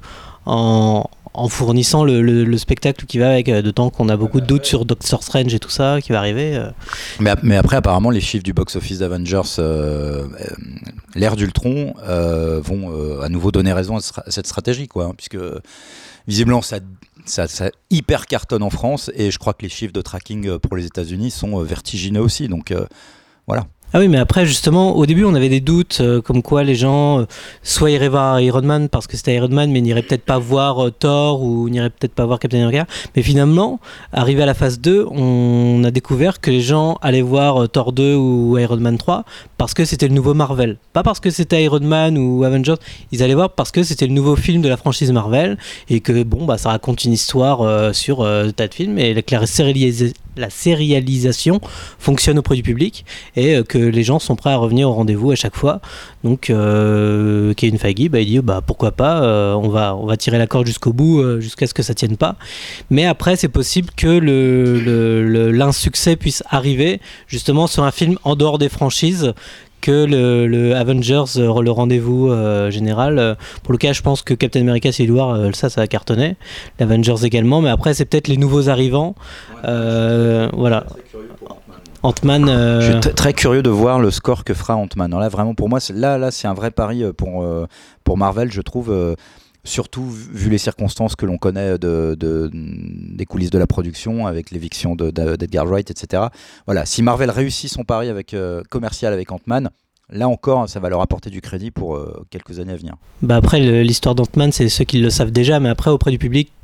en, en fournissant le, le, le spectacle qui va avec, d'autant qu'on a beaucoup de doutes sur Doctor Strange et tout ça qui va arriver. Mais, mais après, apparemment, les chiffres du box-office d'Avengers, euh, euh, l'ère d'Ultron, euh, vont euh, à nouveau donner raison à cette stratégie, quoi, hein, puisque visiblement, ça, ça, ça hyper cartonne en France, et je crois que les chiffres de tracking pour les États-Unis sont vertigineux aussi, donc euh, voilà. Ah oui, mais après, justement, au début, on avait des doutes, euh, comme quoi les gens, euh, soit iraient voir Iron Man parce que c'était Iron Man, mais n'iraient peut-être pas voir euh, Thor, ou n'iraient peut-être pas voir Captain America. Mais finalement, arrivé à la phase deux, on a découvert que les gens allaient voir euh, Thor deux ou Iron Man trois parce que c'était le nouveau Marvel. Pas parce que c'était Iron Man ou Avengers, ils allaient voir parce que c'était le nouveau film de la franchise Marvel, et que, bon, bah, ça raconte une histoire euh, sur euh, tas de films, et que la sérialisation la sérialisation fonctionne auprès du public, et euh, que les gens sont prêts à revenir au rendez-vous à chaque fois. Donc euh, Kevin Feige, bah, il dit bah, pourquoi pas, euh, on, va, on va tirer la corde jusqu'au bout, euh, jusqu'à ce que ça tienne pas. Mais après, c'est possible que le, le, le, l'insuccès puisse arriver justement sur un film en dehors des franchises, que le, le Avengers, le rendez-vous euh, général. Pour le cas, je pense que Captain America Civil War, euh, ça, ça va cartonner. L'Avengers également, mais après, c'est peut-être les nouveaux arrivants. Euh, voilà. Ant-Man. Euh... Je suis t- très curieux de voir le score que fera Ant-Man. Alors là, vraiment, pour moi, c'est, là, là, c'est un vrai pari pour, euh, pour Marvel, je trouve. Euh, Surtout vu les circonstances que l'on connaît de, de, des coulisses de la production, avec l'éviction de, de, d'Edgar Wright, et cetera. Voilà, si Marvel réussit son pari avec, euh, commercial avec Ant-Man, là encore, ça va leur apporter du crédit pour euh, quelques années à venir. Bah après, le, l'histoire d'Ant-Man, c'est ceux qui le savent déjà, mais après, auprès du public,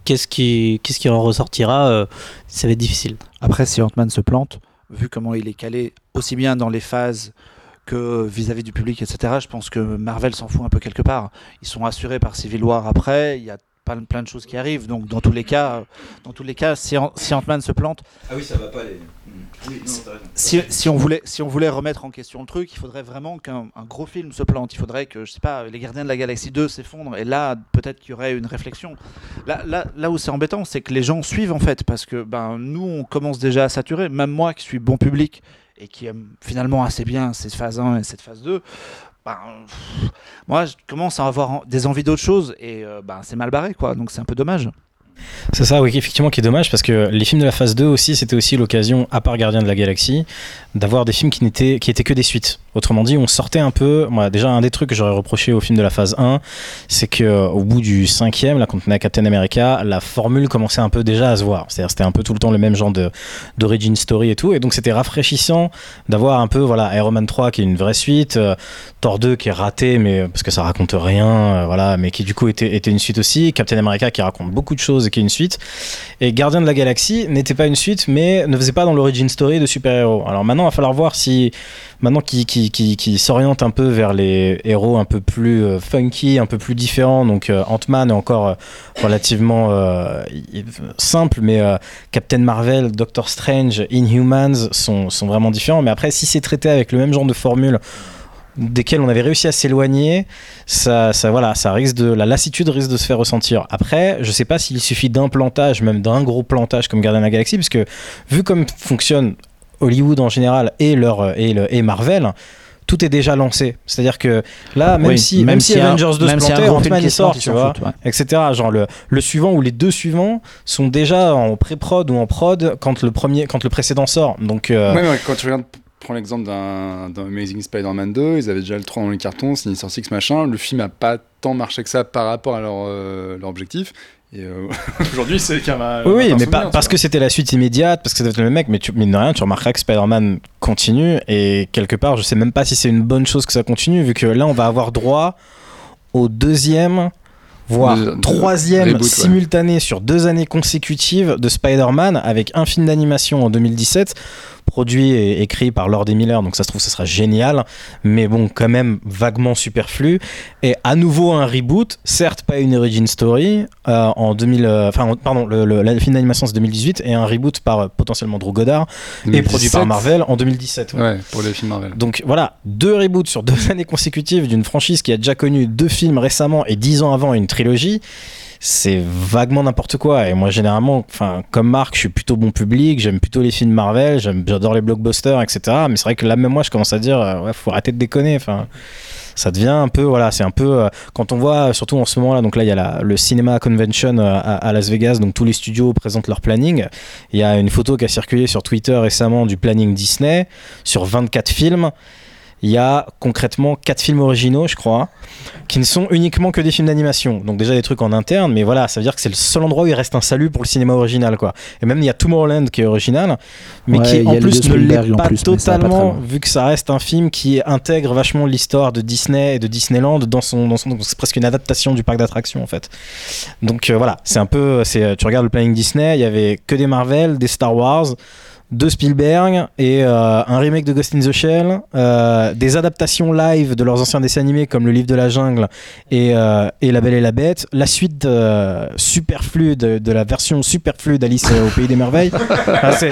qu'est-ce qui, qu'est-ce qui en ressortira, euh, ça va être difficile. Après, si Ant-Man se plante, vu comment il est calé, aussi bien dans les phases que vis-à-vis du public, et cetera, je pense que Marvel s'en fout un peu quelque part. Ils sont assurés par Civil War après, il y a plein, plein de choses qui arrivent, donc dans tous les cas, dans tous les cas si, Ant- si Ant-Man se plante... Ah oui, ça va pas aller. Oui, non, t'as raison. Si, si, on voulait, si on voulait remettre en question le truc, il faudrait vraiment qu'un un gros film se plante. Il faudrait que, je sais pas, les Gardiens de la Galaxie deux s'effondrent. Et là, peut-être qu'il y aurait une réflexion. Là, là, là où c'est embêtant, c'est que les gens suivent en fait. Parce que ben, nous, on commence déjà à saturer. Même moi qui suis bon public et qui aime finalement assez bien cette phase un et cette phase deux, ben, pff, moi, je commence à avoir en- des envies d'autres choses. Et euh, ben, c'est mal barré, quoi. Donc c'est un peu dommage. C'est ça, oui, effectivement, qui est dommage parce que les films de la phase deux aussi, c'était aussi l'occasion, à part Gardien de la Galaxie, d'avoir des films qui n'étaient qui étaient que des suites. Autrement dit, on sortait un peu. Moi, déjà, un des trucs que j'aurais reproché au film de la phase un, c'est qu'au bout du cinquième, là, quand on est à Captain America, la formule commençait un peu déjà à se voir. C'est-à-dire, c'était un peu tout le temps le même genre de, d'origin story et tout. Et donc, c'était rafraîchissant d'avoir un peu, voilà, Iron Man trois qui est une vraie suite, euh, Thor deux qui est raté, mais parce que ça raconte rien, euh, voilà, mais qui du coup était, était une suite aussi. Captain America qui raconte beaucoup de choses et qui est une suite. Et Gardien de la Galaxie n'était pas une suite, mais ne faisait pas dans l'origin story de super-héros. Alors maintenant, il va falloir voir si, maintenant qui qui qui, qui s'oriente un peu vers les héros un peu plus euh, funky, un peu plus différents. Donc euh, Ant-Man est encore euh, relativement euh, y- simple, mais euh, Captain Marvel, Doctor Strange, Inhumans sont sont vraiment différents. Mais après, si c'est traité avec le même genre de formule desquels on avait réussi à s'éloigner, ça, ça, voilà, ça risque de, la lassitude risque de se faire ressentir. Après, je sais pas s'il suffit d'un plantage, même d'un gros plantage comme Gardien de la Galaxie, parce que vu comme fonctionne Hollywood en général et, leur, et, le, et Marvel, tout est déjà lancé. C'est-à-dire que là, même Oui, si, même si s'il y a un- Avengers deux se même s'il y a un plantait, gros film Ant-Man qui il se plante, sort, ils tu s'en vois, foutent, ouais. et cetera. Genre le, le suivant ou les deux suivants sont déjà en pré-prod ou en prod quand le, premier, quand le précédent sort. Donc, euh, Ouais, ouais, quand tu regardes, prends l'exemple d'un, d'un Amazing Spider-Man deux, ils avaient déjà le trois dans les cartons, c'est une sortie X machin, le film a pas tant marché que ça par rapport à leur, euh, leur objectif. Et euh, aujourd'hui, c'est qu'un. Oui, oui, un mais souvenir, pas, tu parce vois. que c'était la suite immédiate, parce que c'était le même mec, mais tu, mine de rien, tu remarqueras que Spider-Man continue, et quelque part, je sais même pas si c'est une bonne chose que ça continue, vu que là, on va avoir droit au deuxième, voire De- de- troisième reboot, ouais. simultané sur deux années consécutives de Spider-Man, avec un film d'animation en deux mille dix-sept, produit et écrit par Lord et Miller, donc ça se trouve, ça sera génial, mais bon, quand même vaguement superflu. Et à nouveau un reboot, certes pas une origin story, euh, en deux mille, euh, enfin, pardon, le, le, le film d'animation c'est deux mille dix-huit, et un reboot par euh, potentiellement Drew Goddard, et produit par Marvel en deux mille dix-sept. Ouais. Ouais, pour les films Marvel. Donc voilà, deux reboots sur deux années consécutives d'une franchise qui a déjà connu deux films récemment et dix ans avant une trilogie. C'est vaguement n'importe quoi. Et moi, généralement, enfin, comme Marc, je suis plutôt bon public, j'aime plutôt les films Marvel, j'aime, j'adore les blockbusters, et cetera. Mais c'est vrai que là, même moi, je commence à dire, euh, ouais, faut arrêter de déconner. Enfin, ça devient un peu, voilà, c'est un peu, euh, quand on voit, surtout en ce moment-là, donc là, il y a la, le Cinema Convention euh, à, à Las Vegas, donc tous les studios présentent leur planning. Il y a une photo qui a circulé sur Twitter récemment du planning Disney, sur vingt-quatre films. Il y a concrètement quatre films originaux, je crois, qui ne sont uniquement que des films d'animation. Donc déjà des trucs en interne, mais voilà, ça veut dire que c'est le seul endroit où il reste un salut pour le cinéma original, quoi. Et même il y a Tomorrowland qui est original, mais Ouais, qui il y en a les plus deux ne l'est Spielberg en pas plus, mais ça va pas totalement, très loin. vu que ça reste un film qui intègre vachement l'histoire de Disney et de Disneyland dans son, dans son, donc c'est presque une adaptation du parc d'attractions en fait. Donc euh, voilà, c'est un peu, c'est, tu regardes le planning Disney, il y avait que des Marvel, des Star Wars, de Spielberg et euh, un remake de Ghost in the Shell, euh, des adaptations live de leurs anciens dessins animés comme Le Livre de la Jungle et, euh, et La Belle et la Bête, la suite euh, superflue de, de la version superflue d'Alice au Pays des Merveilles. Enfin, c'est,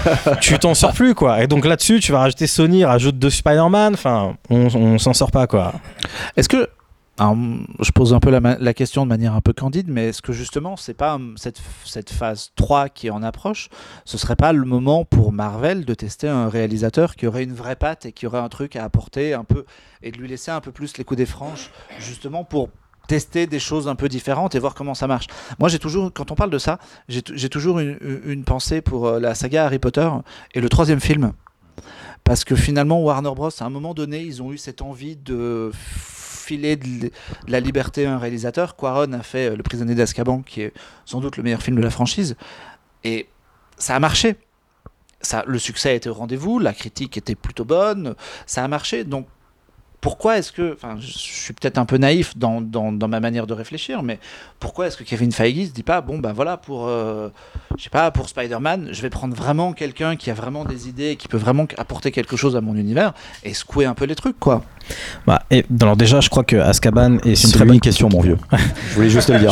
tu t'en sors plus quoi. Et donc là-dessus, tu vas rajouter Sony, rajoute deux Spider-Man, enfin, on, on s'en sort pas quoi. Est-ce que, alors, je pose un peu la, ma- la question de manière un peu candide, mais est-ce que justement, c'est pas hum, cette, cette phase trois qui en approche, ce serait pas le moment pour Marvel de tester un réalisateur qui aurait une vraie patte et qui aurait un truc à apporter un peu, et de lui laisser un peu plus les coups des franches, justement pour tester des choses un peu différentes et voir comment ça marche. Moi, j'ai toujours, quand on parle de ça, j'ai, t- j'ai toujours une, une pensée pour euh, la saga Harry Potter et le troisième film. Parce que finalement, Warner Bros, à un moment donné, ils ont eu cette envie de filer de l- de la liberté à un réalisateur. Quaron a fait euh, Le Prisonnier d'Azkaban, qui est sans doute le meilleur film de la franchise. Et ça a marché. Ça, le succès a été au rendez-vous, la critique était plutôt bonne, ça a marché. Donc, pourquoi est-ce que, enfin, je suis peut-être un peu naïf dans, dans, dans ma manière de réfléchir, mais pourquoi est-ce que Kevin Feige se dit pas, bon ben voilà, pour, euh, je sais pas, pour Spider-Man, je vais prendre vraiment quelqu'un qui a vraiment des idées, qui peut vraiment apporter quelque chose à mon univers et secouer un peu les trucs, quoi. Bah, et, alors déjà, je crois que Azkaban est C'est une très bonne question, mon vieux. Je voulais juste le dire.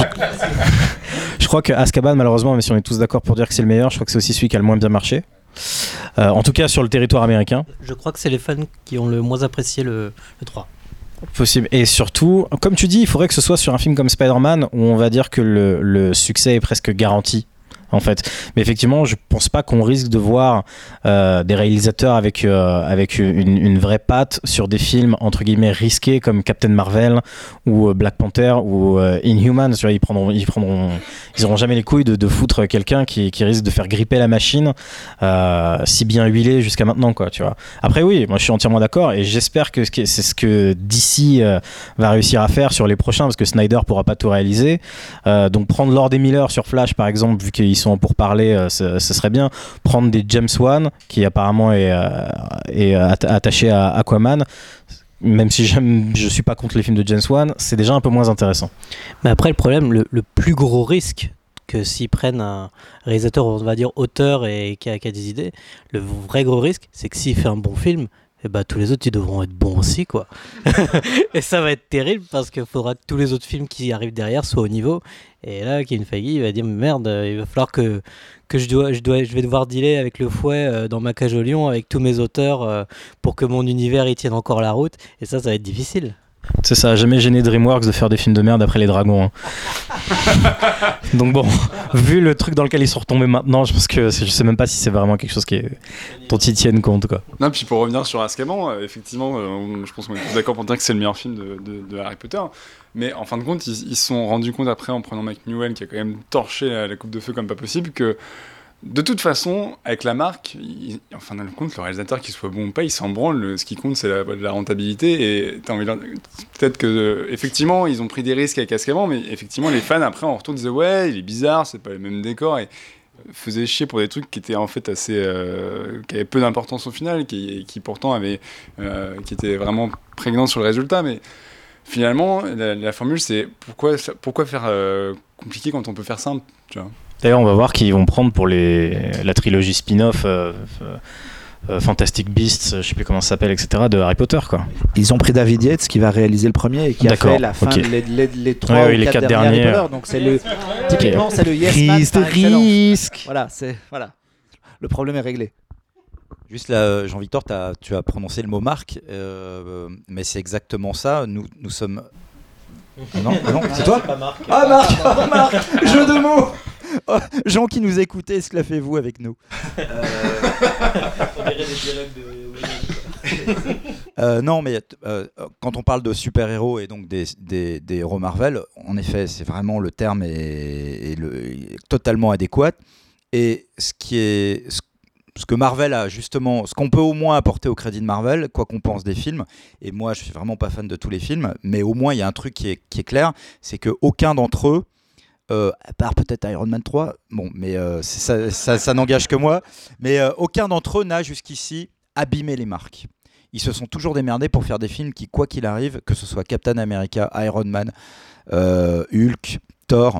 Je crois que Azkaban, malheureusement, même si on est tous d'accord pour dire que c'est le meilleur, je crois que c'est aussi celui qui a le moins bien marché. Euh, en tout cas, sur le territoire américain. Je crois que c'est les fans qui ont le moins apprécié le, le trois. Possible. Et surtout, comme tu dis, il faudrait que ce soit sur un film comme Spider-Man où on va dire que le, le succès est presque garanti. En fait, mais effectivement, je pense pas qu'on risque de voir euh, des réalisateurs avec euh, avec une, une vraie patte sur des films entre guillemets risqués comme Captain Marvel ou euh, Black Panther ou euh, Inhumans. Tu vois, ils prendront, ils prendront, ils auront jamais les couilles de, de foutre quelqu'un qui, qui risque de faire gripper la machine euh, si bien huilée jusqu'à maintenant, quoi. Tu vois. Après, oui, moi je suis entièrement d'accord et j'espère que c'est ce que D C euh, va réussir à faire sur les prochains parce que Snyder pourra pas tout réaliser. Euh, donc prendre Lord et Miller sur Flash par exemple, vu qu'ils sont pour parler, euh, ce, ce serait bien. Prendre des James Wan, qui apparemment est, euh, est attaché à Aquaman, même si j'aime, je suis pas contre les films de James Wan, c'est déjà un peu moins intéressant. Mais après, le problème, le, le plus gros risque que s'ils prennent un réalisateur, on va dire auteur et qui a, qui a des idées, le vrai gros risque, c'est que s'il fait un bon film, et bah, tous les autres ils devront être bons aussi, quoi. Et ça va être terrible parce qu'il faudra que tous les autres films qui arrivent derrière soient au niveau. Et là, Kevin Feige va dire merde, il va falloir que, que je, dois, je, dois, je vais devoir dealer avec le fouet euh, dans ma cage au lion avec tous mes auteurs euh, pour que mon univers il tienne encore la route. Et ça, ça va être difficile. C'est ça, a jamais gêné DreamWorks de faire des films de merde après les dragons. Hein. Donc bon, vu le truc dans lequel ils sont retombés maintenant, je pense que je sais même pas si c'est vraiment quelque chose qui est, dont ils tiennent compte, quoi. Non, puis pour revenir sur Azkaban, euh, effectivement, euh, je pense qu'on est tous d'accord pour dire que c'est le meilleur film de, de, de Harry Potter. Mais en fin de compte, ils se sont rendus compte après, en prenant Mike Newell, qui a quand même torché la, la coupe de feu comme pas possible, que de toute façon, avec la marque, il, en fin de compte, le réalisateur, qu'il soit bon ou pas, il s'en branle. Le, ce qui compte, c'est la, la rentabilité. Et t'as envie de, peut-être que, effectivement, ils ont pris des risques avec Azkaban, mais effectivement, les fans, après, en retour, disaient ouais, il est bizarre, c'est pas le même décor. Et faisaient chier pour des trucs qui étaient en fait assez. Euh, qui avaient peu d'importance au final, qui, qui pourtant avaient. Euh, qui étaient vraiment prégnants sur le résultat. Mais finalement, la, la formule, c'est pourquoi, pourquoi faire euh, compliqué quand on peut faire simple, tu vois. D'ailleurs, on va voir qu'ils vont prendre pour les, la trilogie spin-off euh, euh, Fantastic Beasts, je sais plus comment ça s'appelle, et cetera, de Harry Potter, quoi. Ils ont pris David Yates qui va réaliser le premier et qui D'accord, a fait la fin, okay. les, les, les trois ouais, ou oui, les quatre, quatre derniers. derniers. Harry Potter, donc c'est le typiquement okay. c'est le Yes Man Prise de par excellence. risque. Voilà, c'est voilà. Le problème est réglé. Juste là, Jean-Victor, t'as, tu as prononcé le mot marque, euh, mais c'est exactement ça. Nous, nous sommes. Ah non, ah non, c'est toi. Ah Marc, ah, Marc, jeu de mots. Oh, Jean qui nous écoutait, esclaffez-vous avec nous. Euh... on dirait des dialogues de. euh, non, mais euh, quand on parle de super-héros et donc des, des, des héros Marvel, en effet, c'est vraiment le terme est, est, le, est totalement adéquat. Et ce qui est ce, ce que Marvel a justement, ce qu'on peut au moins apporter au crédit de Marvel, quoi qu'on pense des films. Et moi, je suis vraiment pas fan de tous les films, mais au moins il y a un truc qui est, qui est clair, c'est que aucun d'entre eux, Euh, à part peut-être Iron Man trois, bon, mais euh, c'est ça, ça, ça n'engage que moi, mais euh, aucun d'entre eux n'a jusqu'ici abîmé les marques. Ils se sont toujours démerdés pour faire des films qui, quoi qu'il arrive, que ce soit Captain America, Iron Man, euh, Hulk, Thor,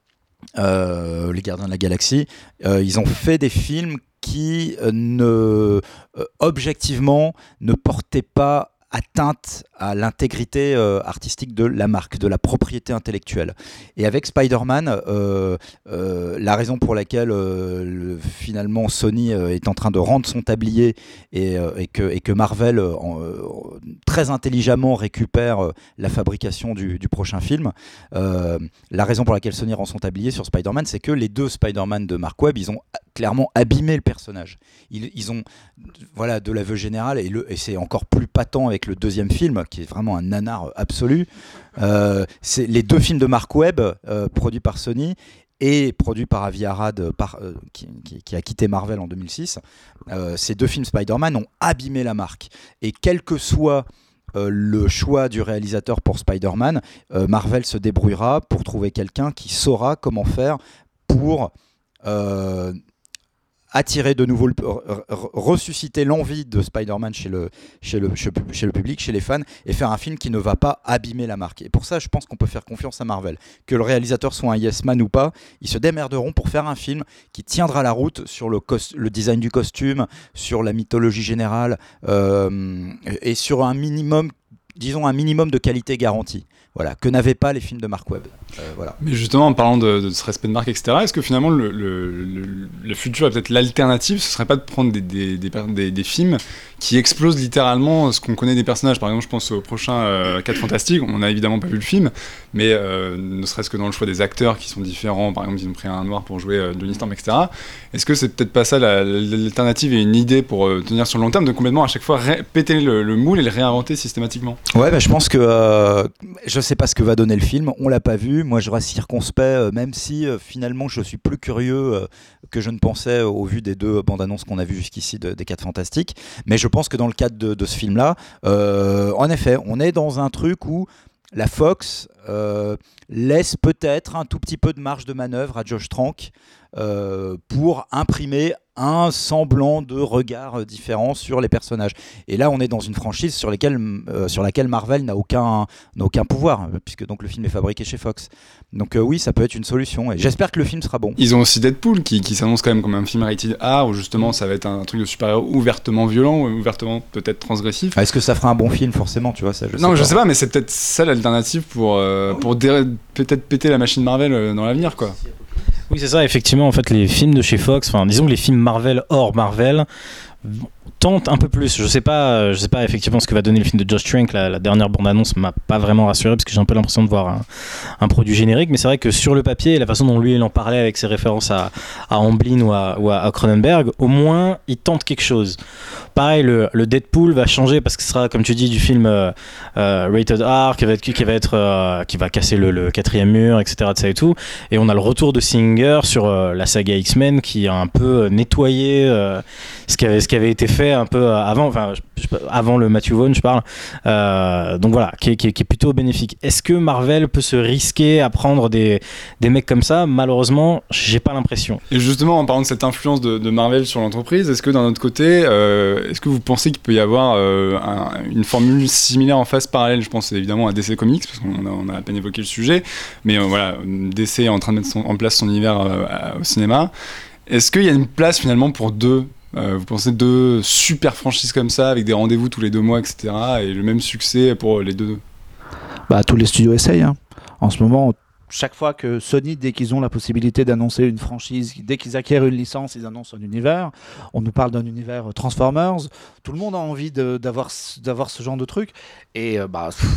euh, les Gardiens de la Galaxie, euh, ils ont fait des films qui, euh, ne, euh, objectivement, ne portaient pas atteinte à l'intégrité euh, artistique de la marque, de la propriété intellectuelle. Et avec Spider-Man, euh, euh, la raison pour laquelle euh, le, finalement Sony euh, est en train de rendre son tablier et, euh, et, que, et que Marvel euh, euh, très intelligemment récupère euh, la fabrication du, du prochain film, euh, la raison pour laquelle Sony rend son tablier sur Spider-Man, c'est que les deux Spider-Man de Mark Webb, ils ont clairement abîmé le personnage. Ils, ils ont voilà, de l'aveu général, et, le, et c'est encore plus patent avec le deuxième film, qui est vraiment un nanar absolu. Euh, c'est les deux films de Mark Webb, euh, produits par Sony, et produit par Avi Arad, par, euh, qui, qui, qui a quitté Marvel en deux mille six, euh, ces deux films Spider-Man ont abîmé la marque. Et quel que soit euh, le choix du réalisateur pour Spider-Man, euh, Marvel se débrouillera pour trouver quelqu'un qui saura comment faire pour euh, attirer de nouveau, le, r- r- ressusciter l'envie de Spider-Man chez le, chez, le, chez, chez le public, chez les fans, et faire un film qui ne va pas abîmer la marque. Et pour ça, je pense qu'on peut faire confiance à Marvel. Que le réalisateur soit un yes man ou pas, ils se démerderont pour faire un film qui tiendra la route sur le, cos- le design du costume, sur la mythologie générale, euh, et sur un minimum, disons un minimum de qualité garantie. Voilà, que n'avaient pas les films de Mark Webb. Euh, voilà. Mais justement, en parlant de, de ce respect de marque, et cetera, est-ce que finalement le, le, le, le futur et peut-être l'alternative, ce serait pas de prendre des, des, des, des, des films qui explosent littéralement ce qu'on connaît des personnages? Par exemple, je pense au prochain euh, quatre Fantastiques, on n'a évidemment pas vu le film, mais euh, ne serait-ce que dans le choix des acteurs qui sont différents, par exemple, ils ont pris un noir pour jouer euh, Johnny Storm, et cetera. Est-ce que c'est peut-être pas ça la, l'alternative et une idée pour euh, tenir sur le long terme, de complètement à chaque fois ré- péter le, le moule et le réinventer systématiquement? Ouais, bah, je pense que euh, je sais pas ce que va donner le film, on l'a pas vu. Moi, je reste circonspect, euh, même si euh, finalement je suis plus curieux euh, que je ne pensais euh, au vu des deux bandes annonces qu'on a vues jusqu'ici de, des quatre Fantastiques. Mais je pense que dans le cadre de, de ce film-là, euh, en effet, on est dans un truc où la Fox euh, laisse peut-être un tout petit peu de marge de manœuvre à Josh Trank euh, pour imprimer un semblant de regard différent sur les personnages. Et là, on est dans une franchise sur, lesquelles, euh, sur laquelle Marvel n'a aucun, n'a aucun pouvoir, puisque donc le film est fabriqué chez Fox. Donc euh, oui, ça peut être une solution, et j'espère que le film sera bon. Ils ont aussi Deadpool, qui, qui s'annonce quand même comme un film rated R, où justement ça va être un, un truc de super-héros ouvertement violent, ou ouvertement peut-être transgressif. Est-ce que ça fera un bon film, forcément, tu vois, ça, je sais Non, pas. je sais pas, mais c'est peut-être ça l'alternative pour, euh, pour dé- peut-être péter la machine Marvel euh, dans l'avenir, quoi. Oui, c'est ça, effectivement, en fait, les films de chez Fox, enfin, disons que les films Marvel hors Marvel tentent un peu plus. Je sais pas, je sais pas effectivement ce que va donner le film de Josh Trank. La, la dernière bande-annonce m'a pas vraiment rassuré parce que j'ai un peu l'impression de voir un, un produit générique, mais c'est vrai que sur le papier, la façon dont lui il en parlait avec ses références à, à Amblin ou à, ou à Cronenberg, au moins il tente quelque chose. Pareil, le, le Deadpool va changer parce que ce sera, comme tu dis, du film euh, euh, rated R qui va être, qui va, être, euh, qui va casser le, le quatrième mur, et cetera de ça et tout. Et on a le retour de Singer sur euh, la saga X-Men qui a un peu nettoyé euh, ce, qui avait, ce qui avait été fait un peu avant, enfin, je, je, avant le Matthew Vaughn, je parle. Euh, donc voilà, qui est, qui, est, qui est plutôt bénéfique. Est-ce que Marvel peut se risquer à prendre des, des mecs comme ça? Malheureusement, j'ai pas l'impression. Et justement, en parlant de cette influence de, de Marvel sur l'entreprise, est-ce que d'un autre côté, euh, est-ce que vous pensez qu'il peut y avoir euh, un, une formule similaire en phase parallèle? Je pense évidemment à D C Comics, parce qu'on a, on a à peine évoqué le sujet, mais euh, voilà, D C est en train de mettre son, en place son univers euh, à, au cinéma. Est-ce qu'il y a une place finalement pour deux Euh, vous pensez deux super franchises comme ça, avec des rendez-vous tous les deux mois, et cetera, et le même succès pour les deux? Bah, tous les studios essayent. Hein. En ce moment, chaque fois que Sony, dès qu'ils ont la possibilité d'annoncer une franchise, dès qu'ils acquièrent une licence, ils annoncent un univers. On nous parle d'un univers Transformers. Tout le monde a envie de, d'avoir, d'avoir ce genre de truc. Et euh, bah... Pff,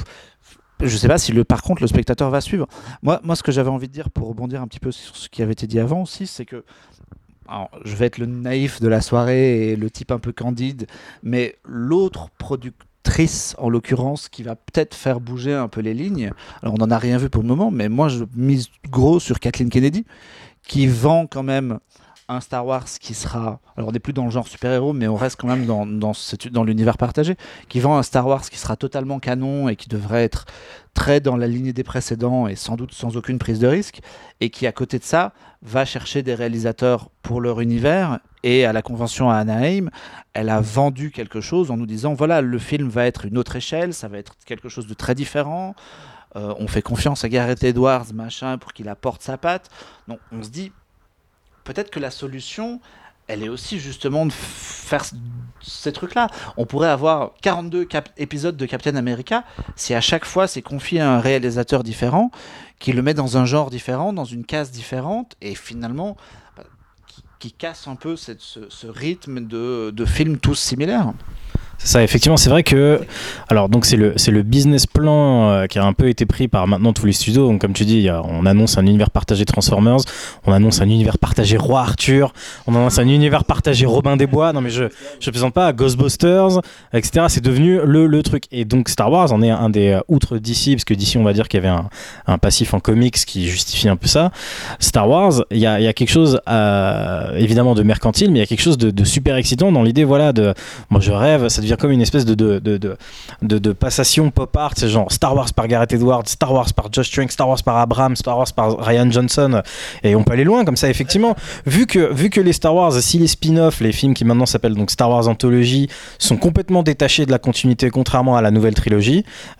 je sais pas si le, par contre le spectateur va suivre. Moi, moi, ce que j'avais envie de dire pour rebondir un petit peu sur ce qui avait été dit avant aussi, c'est que alors, je vais être le naïf de la soirée et le type un peu candide, mais l'autre productrice, en l'occurrence, qui va peut-être faire bouger un peu les lignes, alors on n'en a rien vu pour le moment, mais moi je mise gros sur Kathleen Kennedy, qui vend quand même un Star Wars qui sera... Alors on n'est plus dans le genre super-héros, mais on reste quand même dans, dans, cette, dans l'univers partagé, qui vend un Star Wars qui sera totalement canon et qui devrait être très dans la lignée des précédents et sans doute sans aucune prise de risque, et qui à côté de ça va chercher des réalisateurs pour leur univers. Et à la convention à Anaheim, elle a vendu quelque chose en nous disant voilà, le film va être une autre échelle, ça va être quelque chose de très différent, euh, on fait confiance à Gareth Edwards machin pour qu'il apporte sa patte. Donc on se dit peut-être que la solution, elle est aussi justement de faire ces trucs-là. On pourrait avoir quarante-deux cap- épisodes de Captain America si à chaque fois c'est confié à un réalisateur différent, qui le met dans un genre différent, dans une case différente, et finalement bah, qui, qui casse un peu cette, ce, ce rythme de, de films tous similaires. C'est ça, effectivement, c'est vrai que alors donc c'est le c'est le business plan euh, qui a un peu été pris par maintenant tous les studios. Donc comme tu dis, y a, on annonce un univers partagé Transformers, on annonce un univers partagé Roi Arthur, on annonce un univers partagé Robin des Bois. Non mais je je plaisante pas, Ghostbusters, et cetera. C'est devenu le le truc. Et donc Star Wars en est un des euh, outre D C, parce que D C on va dire qu'il y avait un un passif en comics qui justifie un peu ça. Star Wars, il y a il y a quelque chose euh, évidemment de mercantile, mais il y a quelque chose de, de super excitant dans l'idée, voilà, de moi je rêve, ça devient comme une espèce de, de, de, de, de, de passation pop art. C'est genre Star Wars par Gareth Edwards, Star Wars par Josh Trank, Star Wars par Abrams, Star Wars par Rian Johnson. Et on peut aller loin comme ça, effectivement. Vu que, vu que les Star Wars, si les spin-offs, les films qui maintenant s'appellent donc Star Wars Anthology, sont complètement détachés de la continuité, contrairement à la nouvelle trilogie,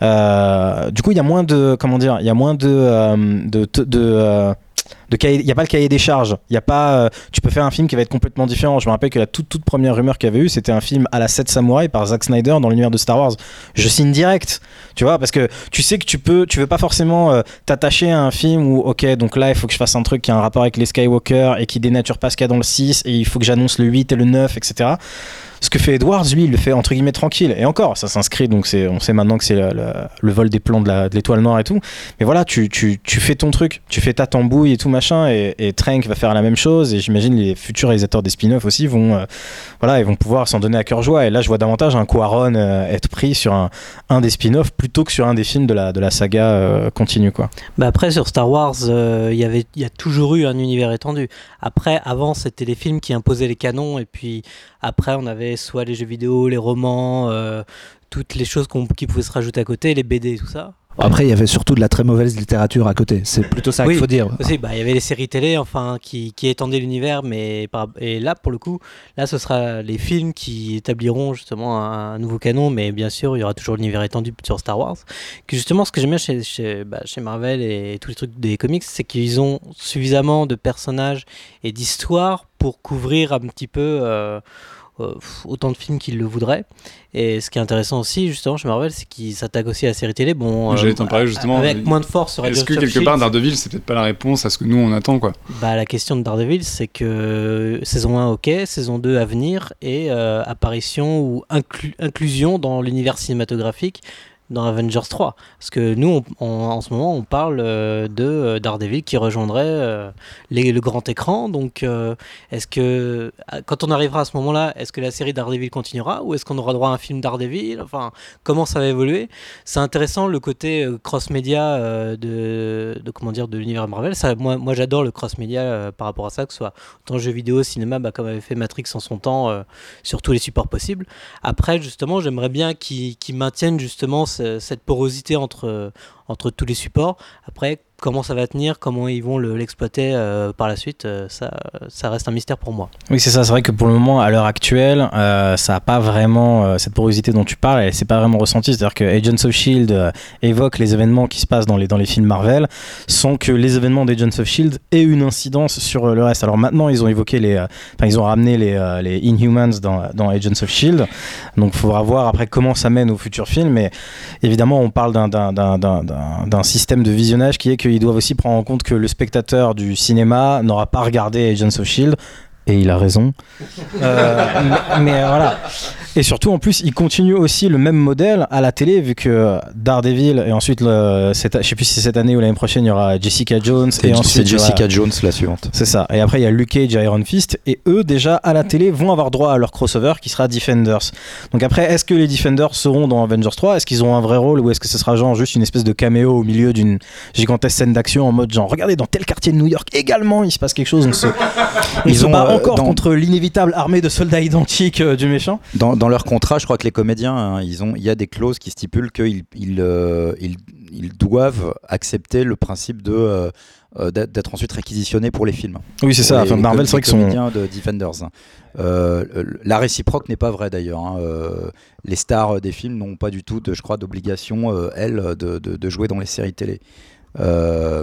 euh, du coup, il y a moins de. Comment dire, il y a moins de. Euh, de, de, de euh, il n'y a pas le cahier des charges, il y a pas, euh, tu peux faire un film qui va être complètement différent. Je me rappelle que la toute, toute première rumeur qu'il y avait eu, c'était un film à la sept samouraïs par Zack Snyder dans l'univers de Star Wars. Je signe direct, tu vois, parce que tu sais que tu peux, tu veux pas forcément euh, t'attacher à un film où, ok, donc là il faut que je fasse un truc qui a un rapport avec les Skywalker et qui dénature pas ce qu'il y a dans le six et il faut que j'annonce le huit et le neuf, et cetera. Ce que fait Edwards, lui, il le fait entre guillemets tranquille. Et encore, ça s'inscrit, donc c'est, on sait maintenant que c'est le, le, le vol des plans de, la, de l'étoile noire et tout. Mais voilà, tu, tu, tu fais ton truc, tu fais ta tambouille et tout machin, et, et Trank va faire la même chose. Et j'imagine les futurs réalisateurs des spin-offs aussi vont, euh, voilà, ils vont pouvoir s'en donner à cœur joie. Et là, je vois davantage un Cuarón euh, être pris sur un, un des spin-offs plutôt que sur un des films de la, de la saga euh, continue, quoi. Bah après, sur Star Wars, il euh, y avait, il y a toujours eu un univers étendu. Après, avant, c'était les films qui imposaient les canons, et puis après, on avait soit les jeux vidéo, les romans, euh, toutes les choses qu'on, qui pouvaient se rajouter à côté, les B D et tout ça. Après, il y avait surtout de la très mauvaise littérature à côté. C'est plutôt ça oui, qu'il faut dire. Aussi, bah, il y avait les séries télé, enfin, qui, qui étendaient l'univers, mais par, et là, pour le coup, là, ce sera les films qui établiront justement un, un nouveau canon, mais bien sûr, il y aura toujours l'univers étendu sur Star Wars. Que justement, ce que j'aime bien chez, chez, bah, chez Marvel et tous les trucs des comics, c'est qu'ils ont suffisamment de personnages et d'histoires pour couvrir un petit peu. Euh, Euh, autant de films qu'ils le voudraient. Et ce qui est intéressant aussi justement chez Marvel, c'est qu'ils s'attaquent aussi à la série télé. Bon, j'allais t'en parler justement, avec moins de force. Est-ce que quelque part Daredevil, c'est peut-être pas la réponse à ce que nous on attend, quoi? Bah la question de Daredevil, c'est que saison un, ok, saison deux à venir, et euh, apparition ou inclu- inclusion dans l'univers cinématographique dans Avengers trois, parce que nous on, on, en ce moment on parle euh, de euh, Daredevil qui rejoindrait euh, les, le grand écran, donc euh, est-ce que quand on arrivera à ce moment-là, est-ce que la série Daredevil continuera ou est-ce qu'on aura droit à un film Daredevil, enfin comment ça va évoluer? C'est intéressant le côté euh, cross-média euh, de, de comment dire de l'univers Marvel. Ça, moi, moi j'adore le cross-média euh, par rapport à ça, que ce soit autant jeux vidéo, cinéma, bah, comme avait fait Matrix en son temps euh, sur tous les supports possibles. Après justement j'aimerais bien qu'ils, qu'ils maintiennent justement cette porosité entre, entre tous les supports. Après, comment ça va tenir, comment ils vont le, l'exploiter euh, par la suite, euh, ça, ça reste un mystère pour moi. Oui, c'est ça. C'est vrai que pour le moment, à l'heure actuelle, euh, ça n'a pas vraiment euh, cette porosité dont tu parles, elle s'est pas vraiment ressentie. C'est-à-dire que Agents of Shield euh, évoque les événements qui se passent dans les, dans les films Marvel, sans que les événements d'Agents of Shield aient une incidence sur euh, le reste. Alors maintenant, ils ont évoqué les, euh, enfin, ils ont ramené les, euh, les Inhumans dans, dans Agents of Shield. Donc, il faudra voir après comment ça mène au futur film. Mais évidemment, on parle d'un, d'un, d'un, d'un, d'un, d'un système de visionnage qui est qu'ils doivent aussi prendre en compte que le spectateur du cinéma n'aura pas regardé Agents of Shield, et il a raison. euh, mais, mais voilà. Et surtout, en plus, il continue aussi le même modèle à la télé, vu que Daredevil, et ensuite, le, cette, je sais plus si c'est cette année ou l'année prochaine, il y aura Jessica Jones. C'est, et ensuite, c'est Jessica aura, Jones la suivante. C'est ça. Et après, il y a Luke Cage et Iron Fist, et eux, déjà, à la télé, vont avoir droit à leur crossover qui sera Defenders. Donc après, est-ce que les Defenders seront dans Avengers trois? Est-ce qu'ils auront un vrai rôle, ou est-ce que ce sera genre juste une espèce de caméo au milieu d'une gigantesque scène d'action en mode genre, regardez, dans tel quartier de New York également, il se passe quelque chose. On se, on Ils se ont, bat euh, encore dans... contre l'inévitable armée de soldats identiques euh, du méchant. Dans, dans leur contrat, je crois que les comédiens, hein, ils ont, il y a des clauses qui stipulent qu'ils ils, euh, ils, ils doivent accepter le principe de euh, d'être ensuite réquisitionnés pour les films. Oui, c'est ça. Les, enfin, Marvel, c'est vrai les qu'ils sont comédiens de Defenders. Euh, la réciproque n'est pas vraie d'ailleurs. Hein. Euh, les stars des films n'ont pas du tout, de, je crois, d'obligation euh, elles de, de, de jouer dans les séries télé. Euh,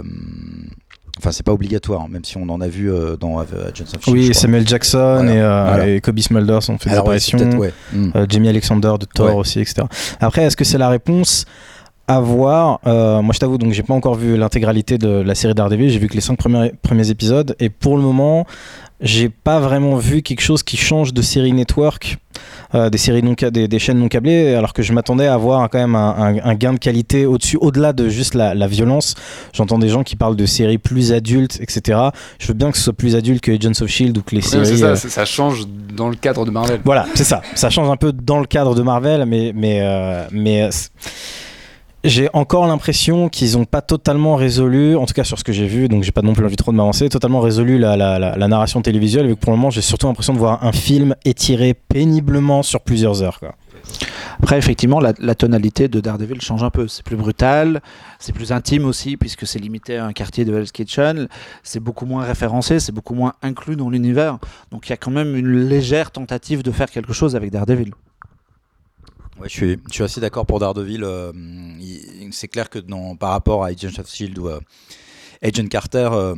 Enfin, c'est pas obligatoire, hein, même si on en a vu euh, dans Agents of Shield. Oui, Samuel Jackson voilà. et, euh, Voilà. et Kobe Smulders ont fait des apparitions. Ouais, ouais. mm. euh, Jamie Alexander de Thor ouais. aussi, et cetera. Après, est-ce que c'est la réponse à voir? euh, Moi, je t'avoue, donc j'ai pas encore vu l'intégralité de la série Daredevil. J'ai vu que les cinq premiers, premiers épisodes, et pour le moment, j'ai pas vraiment vu quelque chose qui change de série network. Euh, des séries non des, des chaînes non câblées, alors que je m'attendais à avoir quand même un, un, un gain de qualité au-dessus, au-delà de juste la, la violence. J'entends des gens qui parlent de séries plus adultes, et cetera. Je veux bien que ce soit plus adulte que Agents of Shield ou que les Ouais, séries. c'est ça, euh... c'est, ça change dans le cadre de Marvel. Voilà, c'est ça. Ça change un peu dans le cadre de Marvel, mais mais euh, mais. Euh, j'ai encore l'impression qu'ils n'ont pas totalement résolu, en tout cas sur ce que j'ai vu, donc j'ai pas non plus envie trop de m'avancer, totalement résolu la, la, la, la narration télévisuelle, vu que pour le moment j'ai surtout l'impression de voir un film étiré péniblement sur plusieurs heures, quoi. Après, effectivement, la, la tonalité de Daredevil change un peu. C'est plus brutal, c'est plus intime aussi, puisque c'est limité à un quartier de Hell's Kitchen. C'est beaucoup moins référencé, c'est beaucoup moins inclus dans l'univers. Donc il y a quand même une légère tentative de faire quelque chose avec Daredevil. Ouais, je suis, je suis assez d'accord pour Daredevil. Euh, il, c'est clair que dans, par rapport à Agents of Shield ou euh, Agent Carter, euh,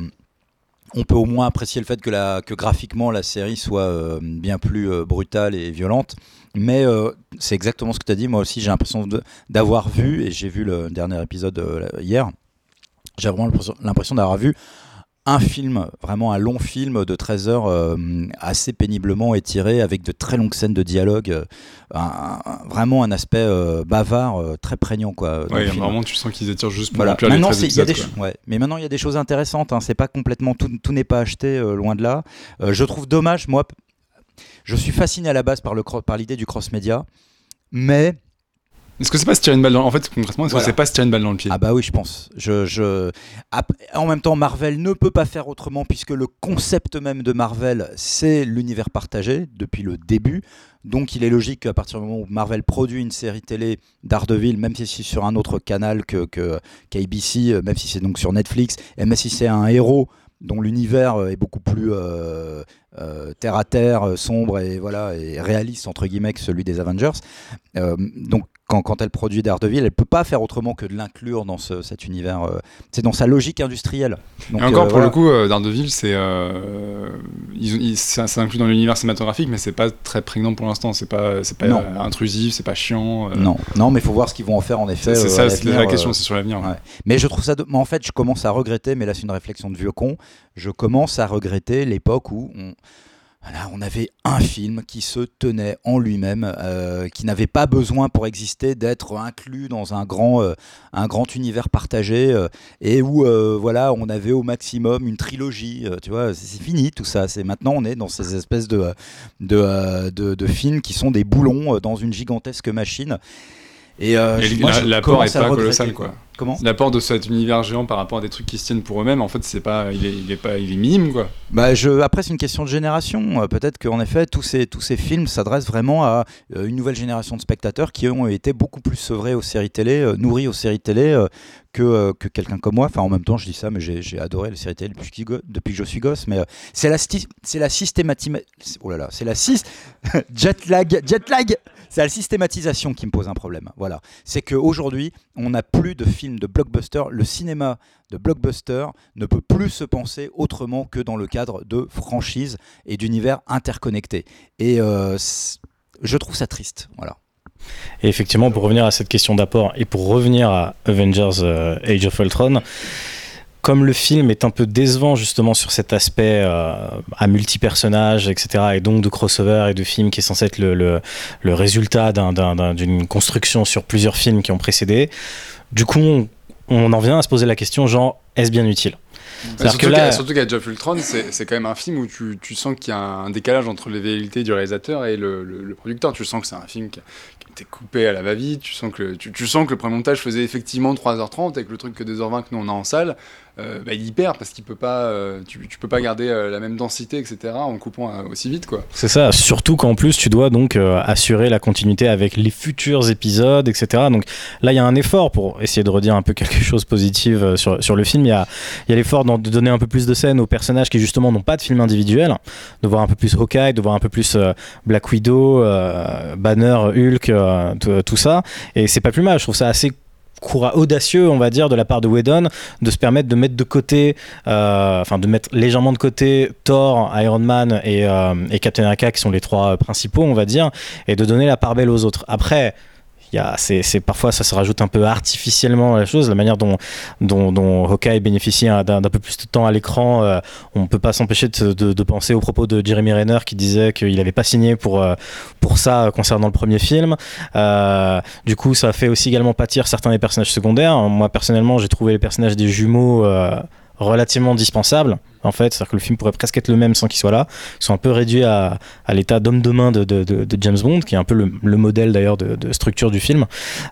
on peut au moins apprécier le fait que, la, que graphiquement la série soit euh, bien plus euh, brutale et violente. Mais euh, c'est exactement ce que tu as dit. Moi aussi, j'ai l'impression de, d'avoir vu, et j'ai vu le dernier épisode euh, hier, j'ai vraiment l'impression, l'impression d'avoir vu un film, vraiment un long film de treize heures, euh, assez péniblement étiré, avec de très longues scènes de dialogue, euh, un, un, vraiment un aspect euh, bavard, euh, très prégnant, quoi. Ouais, vraiment, tu sens qu'ils étirent juste pour voilà. remplir Maintenant, les treize épisodes. Ch- ouais. Mais maintenant, il y a des choses intéressantes, hein. C'est pas complètement, tout, tout n'est pas acheté, euh, loin de là. Euh, je trouve dommage, moi, je suis fasciné à la base par, le, par l'idée du cross-média, mais... Est-ce que c'est pas se tirer une balle dans... En fait, concrètement, est-ce voilà. que c'est pas se tirer une balle dans le pied ? Ah bah oui, je pense. Je, je... En même temps, Marvel ne peut pas faire autrement, puisque le concept même de Marvel, c'est l'univers partagé depuis le début. Donc il est logique qu'à partir du moment où Marvel produit une série télé Daredevil, même si c'est sur un autre canal que, que, qu'A B C, même si c'est donc sur Netflix, et même si c'est un héros dont l'univers est beaucoup plus euh, euh, terre à terre, sombre et voilà et réaliste entre guillemets que celui des Avengers. Euh, donc quand, quand elle produit Daredevil, elle peut pas faire autrement que de l'inclure dans ce, cet univers. Euh, c'est dans sa logique industrielle. Donc, et encore euh, pour voilà. le coup, euh, Daredevil, c'est euh, ils, ils, ça, ça inclut dans l'univers cinématographique, mais c'est pas très prégnant pour l'instant. C'est pas, c'est pas euh, intrusif, c'est pas chiant. Euh... Non, non, mais il faut voir ce qu'ils vont en faire en effet. C'est, c'est euh, ça, c'est la question, euh, c'est sur l'avenir. Ouais. Mais je trouve ça. De... Mais en fait, je commence à regretter. Mais là, c'est une réflexion de vieux con. Je commence à regretter l'époque où on. Voilà, on avait un film qui se tenait en lui-même, euh, qui n'avait pas besoin pour exister d'être inclus dans un grand, euh, un grand univers partagé, euh, et où euh, voilà, on avait au maximum une trilogie. Euh, tu vois, c'est, c'est fini tout ça. C'est maintenant on est dans ces espèces de de, euh, de, de films qui sont des boulons euh, dans une gigantesque machine. Et, euh, et moi, la, je l'apport est pas regretter, colossal, quoi. Comment ? L'apport de cet univers géant par rapport à des trucs qui se tiennent pour eux-mêmes, en fait, c'est pas, il est, il est pas, il est minime, quoi. Bah, je, après, c'est une question de génération. Euh, peut-être qu'en effet, tous ces, tous ces films s'adressent vraiment à euh, une nouvelle génération de spectateurs qui ont été beaucoup plus sevrés aux séries télé, euh, nourris aux séries télé euh, que, euh, que quelqu'un comme moi. Enfin, en même temps, je dis ça, mais j'ai, j'ai adoré les séries télé depuis que, depuis que je suis gosse. Mais euh, c'est la, sti- c'est la systématisation. Oh là là, c'est la six jet lag, jet lag. C'est la systématisation qui me pose un problème. Voilà, c'est qu'aujourd'hui, on n'a plus de films de blockbuster. Le cinéma de blockbuster ne peut plus se penser autrement que dans le cadre de franchises et d'univers interconnectés. Et euh, je trouve ça triste. Voilà. Et effectivement, pour revenir à cette question d'apport et pour revenir à Avengers euh, Age of Ultron, comme le film est un peu décevant justement sur cet aspect euh, à multi-personnages, et cetera, et donc de crossover et de films qui est censé être le, le, le résultat d'un, d'un, d'un, d'une construction sur plusieurs films qui ont précédé, du coup, on, on en vient à se poser la question, genre, est-ce bien utile ? Surtout, que là... surtout qu'Age of Ultron, c'est, c'est quand même un film où tu, tu sens qu'il y a un décalage entre les velléités du réalisateur et le, le, le producteur. Tu sens que c'est un film qui, qui était coupé à la va-vite. Tu sens que, tu, tu sens que le premier montage faisait effectivement trois heures trente avec le truc que deux heures vingt que nous on a en salle. Euh, bah, il y perd parce qu'il peut pas, euh, tu, tu peux pas garder euh, la même densité, et cetera en coupant euh, aussi vite, quoi. C'est ça, surtout qu'en plus tu dois donc euh, assurer la continuité avec les futurs épisodes, et cetera. Donc là il y a un effort pour essayer de redire un peu quelque chose de positif euh, sur, sur le film. Il y a, il y a l'effort de donner un peu plus de scènes aux personnages qui justement n'ont pas de film individuel, de voir un peu plus Hawkeye, de voir un peu plus euh, Black Widow, euh, Banner, Hulk, euh, tout, tout ça. Et c'est pas plus mal, je trouve ça assez courageux, audacieux, on va dire, de la part de Whedon, de se permettre de mettre de côté, euh, enfin de mettre légèrement de côté Thor, Iron Man et, euh, et Captain America, qui sont les trois principaux, on va dire, et de donner la part belle aux autres. Après, il y a, c'est, c'est, parfois ça se rajoute un peu artificiellement à la chose, la manière dont, dont, dont Hawkeye bénéficie d'un, d'un peu plus de temps à l'écran. Euh, on ne peut pas s'empêcher de, de, de penser aux propos de Jeremy Renner qui disait qu'il n'avait pas signé pour, euh, pour ça concernant le premier film. Euh, du coup, ça fait aussi également pâtir certains des personnages secondaires. Moi, personnellement, j'ai trouvé les personnages des jumeaux euh, relativement dispensables. en fait, c'est-à-dire que le film pourrait presque être le même sans qu'il soit là. Ils sont un peu réduits à, à l'état d'homme de main de, de, de, de James Bond, qui est un peu le, le modèle d'ailleurs de, de structure du film.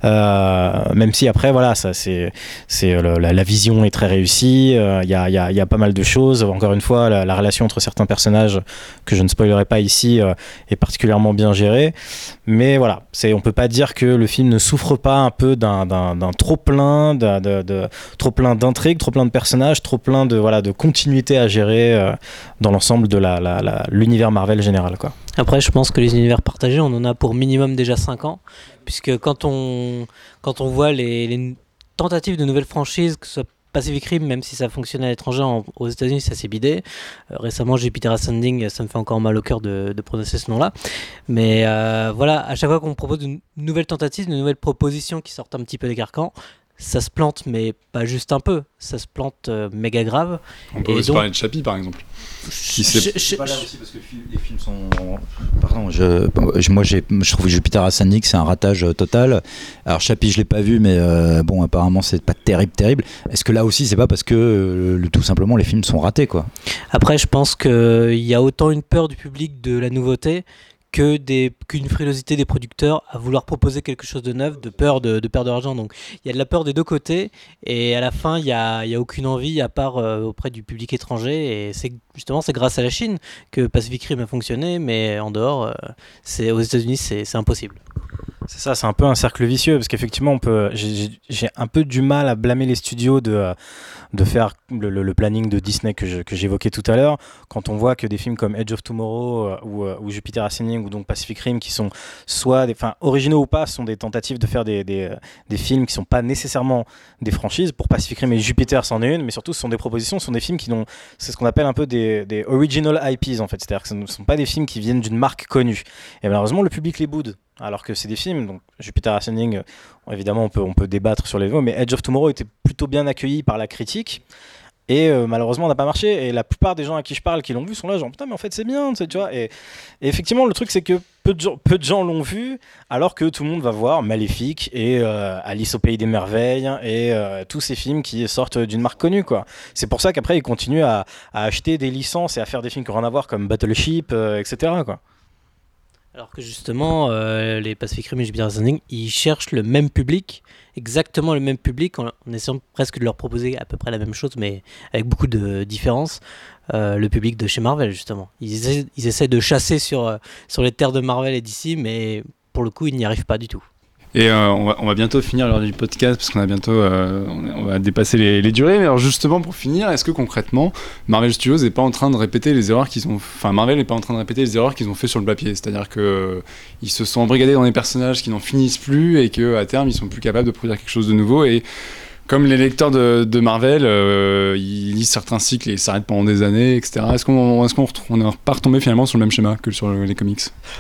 Euh, même si après, voilà, ça, c'est, c'est le, la, la vision est très réussie. Il euh, y, a, y, a, y a pas mal de choses. Encore une fois, la, la relation entre certains personnages que je ne spoilerai pas ici euh, est particulièrement bien gérée. Mais voilà, c'est, on peut pas dire que le film ne souffre pas un peu d'un, d'un, d'un trop plein, de, de, de, trop plein d'intrigues, trop plein de personnages, trop plein de, voilà, de continuité à gérer euh, dans l'ensemble de la, la, la, l'univers Marvel général, quoi. Après, je pense que les univers partagés, on en a pour minimum déjà cinq ans, puisque quand on, quand on voit les, les tentatives de nouvelles franchises, que ce soit Pacific Rim, même si ça fonctionne à l'étranger, en, aux États-Unis ça s'est bidé. Euh, récemment, Jupiter Ascending, ça me fait encore mal au cœur de, de prononcer ce nom-là. Mais euh, voilà, à chaque fois qu'on propose une nouvelle tentative, une nouvelle proposition qui sortent un petit peu des carcans, ça se plante, mais pas juste un peu, ça se plante euh, méga grave. On peut Et aussi donc, parler de Chappie, par exemple. Qui je- sait- je- Pas là aussi parce que les films sont. Pardon, je, je- moi j'ai, je trouve que Jupiter Ascending c'est un ratage euh, total. Alors Chappie je l'ai pas vu, mais euh, bon apparemment c'est pas terrible terrible. Est-ce que là aussi c'est pas parce que euh, le- tout simplement les films sont ratés quoi? Après, je pense qu'il y a autant une peur du public de la nouveauté que des, qu'une frilosité des producteurs à vouloir proposer quelque chose de neuf, de peur de, de perdre de l'argent. Donc il y a de la peur des deux côtés, et à la fin, il n'y a, il y a aucune envie à part euh, auprès du public étranger. Et c'est, justement, c'est grâce à la Chine que Pacific Rim a fonctionné, mais en dehors, euh, c'est, aux États-Unis, c'est, c'est impossible. C'est ça, c'est un peu un cercle vicieux, parce qu'effectivement, on peut, j'ai, j'ai- j'ai un peu du mal à blâmer les studios de, euh, de faire le, le- le planning de Disney que, je- que j'évoquais tout à l'heure, quand on voit que des films comme Edge of Tomorrow euh, ou, euh, ou Jupiter Ascending ou donc Pacific Rim, qui sont soit des, enfin, originaux ou pas, sont des tentatives de faire des, des, euh, des films qui sont pas nécessairement des franchises. Pour Pacific Rim et Jupiter, c'en est une, mais surtout, ce sont des propositions, ce sont des films qui n'ont, c'est ce qu'on appelle un peu des, des original I Ps en fait, c'est-à-dire que ce ne sont pas des films qui viennent d'une marque connue. Et malheureusement, le public les boude. Alors que c'est des films, donc Jupiter Ascending, euh, évidemment on peut, on peut débattre sur les mots, mais Edge of Tomorrow était plutôt bien accueilli par la critique, et euh, malheureusement n'a pas marché, et la plupart des gens à qui je parle qui l'ont vu sont là genre putain mais en fait c'est bien, tu sais, tu vois, et, et effectivement le truc c'est que peu de, gens, peu de gens l'ont vu, alors que tout le monde va voir Maléfique et euh, Alice au Pays des Merveilles, et euh, tous ces films qui sortent d'une marque connue, quoi. C'est pour ça qu'après ils continuent à, à acheter des licences et à faire des films qui n'ont rien à voir comme Battleship, euh, et cetera, quoi. Alors que justement, euh, les Pacific Rim et Jupiter Ascending, ils cherchent le même public, exactement le même public, en, en essayant presque de leur proposer à peu près la même chose, mais avec beaucoup de différences. Euh, le public de chez Marvel, justement. Ils essaient, ils essaient de chasser sur, euh, sur les terres de Marvel et D C, mais pour le coup, ils n'y arrivent pas du tout. Et euh, on, va, on va bientôt finir l'heure du podcast parce qu'on a bientôt, euh, on, on va dépasser les, les durées. Mais alors justement pour finir, est-ce que concrètement Marvel Studios n'est pas en train de répéter les erreurs qu'ils ont, enfin Marvel n'est pas en train de répéter les erreurs qu'ils ont fait sur le papier, c'est-à-dire que euh, ils se sont embrigadés dans des personnages qui n'en finissent plus et que à terme ils sont plus capables de produire quelque chose de nouveau. Et comme les lecteurs de, de Marvel, euh, ils lisent certains cycles et ils s'arrêtent pendant des années, et cetera. Est-ce qu'on, est-ce qu'on on n'est pas retombé finalement sur le même schéma que sur le, les comics?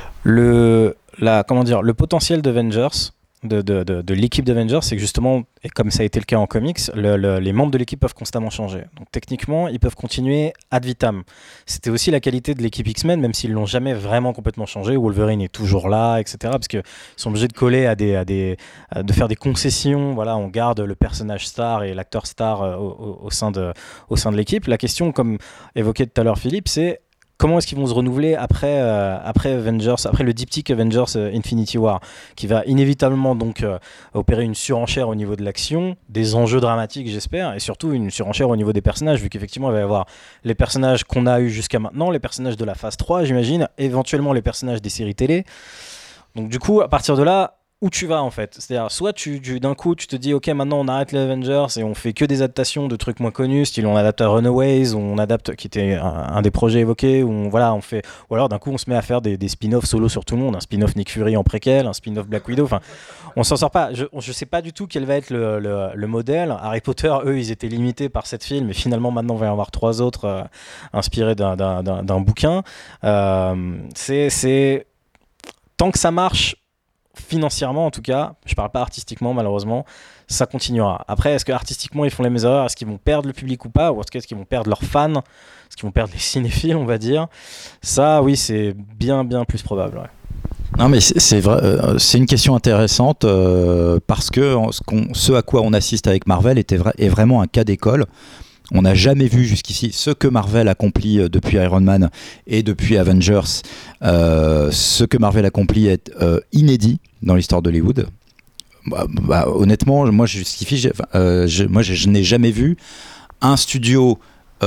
Le, la, comment dire, le potentiel d'Avengers, de, de, de, de l'équipe d'Avengers, c'est que justement, et comme ça a été le cas en comics, le, le, les membres de l'équipe peuvent constamment changer. Donc techniquement, ils peuvent continuer ad vitam. C'était aussi la qualité de l'équipe X-Men, même s'ils l'ont jamais vraiment complètement changé. Wolverine est toujours là, et cetera. Parce qu'ils sont obligés de coller à des, à des, à de faire des concessions. Voilà, on garde le personnage star et l'acteur star euh, au, au, au sein de, au sein de l'équipe. La question, comme évoqué tout à l'heure Philippe, c'est comment est-ce qu'ils vont se renouveler après, euh, après Avengers, après le diptyque Avengers euh, Infinity War, qui va inévitablement donc euh, opérer une surenchère au niveau de l'action, des enjeux dramatiques j'espère, et surtout une surenchère au niveau des personnages, vu qu'effectivement il va y avoir les personnages qu'on a eu jusqu'à maintenant, les personnages de la phase trois j'imagine, éventuellement les personnages des séries télé. Donc du coup à partir de là, où tu vas en fait, c'est-à-dire soit tu, tu d'un coup tu te dis ok maintenant on arrête les Avengers et on fait que des adaptations de trucs moins connus, style on adapte à Runaways, ou on adapte, qui était un, un des projets évoqués, où on, voilà on fait, ou alors d'un coup on se met à faire des, des spin-offs solo sur tout le monde, un spin-off Nick Fury en préquel, un spin-off Black Widow, enfin on s'en sort pas. Je, je sais pas du tout quel va être le, le, le modèle. Harry Potter, eux ils étaient limités par sept films, mais finalement maintenant il va y en avoir trois autres euh, inspirés d'un, d'un, d'un, d'un bouquin. Euh, c'est, c'est tant que ça marche financièrement en tout cas, je parle pas artistiquement malheureusement, ça continuera. Après, est-ce que artistiquement ils font les mêmes erreurs, est-ce qu'ils vont perdre le public ou pas, ou est-ce qu'ils vont perdre leurs fans, est-ce qu'ils vont perdre les cinéphiles on va dire, ça oui c'est bien bien plus probable, ouais. Non mais c'est, c'est vrai, euh, c'est une question intéressante euh, parce que ce, qu'on, ce à quoi on assiste avec Marvel était vra- est vraiment un cas d'école. On n'a jamais vu jusqu'ici ce que Marvel accomplit euh, depuis Iron Man et depuis Avengers. Euh, ce que Marvel accomplit est euh, inédit dans l'histoire d'Hollywood. Bah, bah, honnêtement, moi je justifie, j'ai, euh, je, moi je, je n'ai jamais vu un studio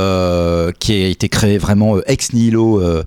euh, qui a été créé vraiment euh, ex nihilo, euh,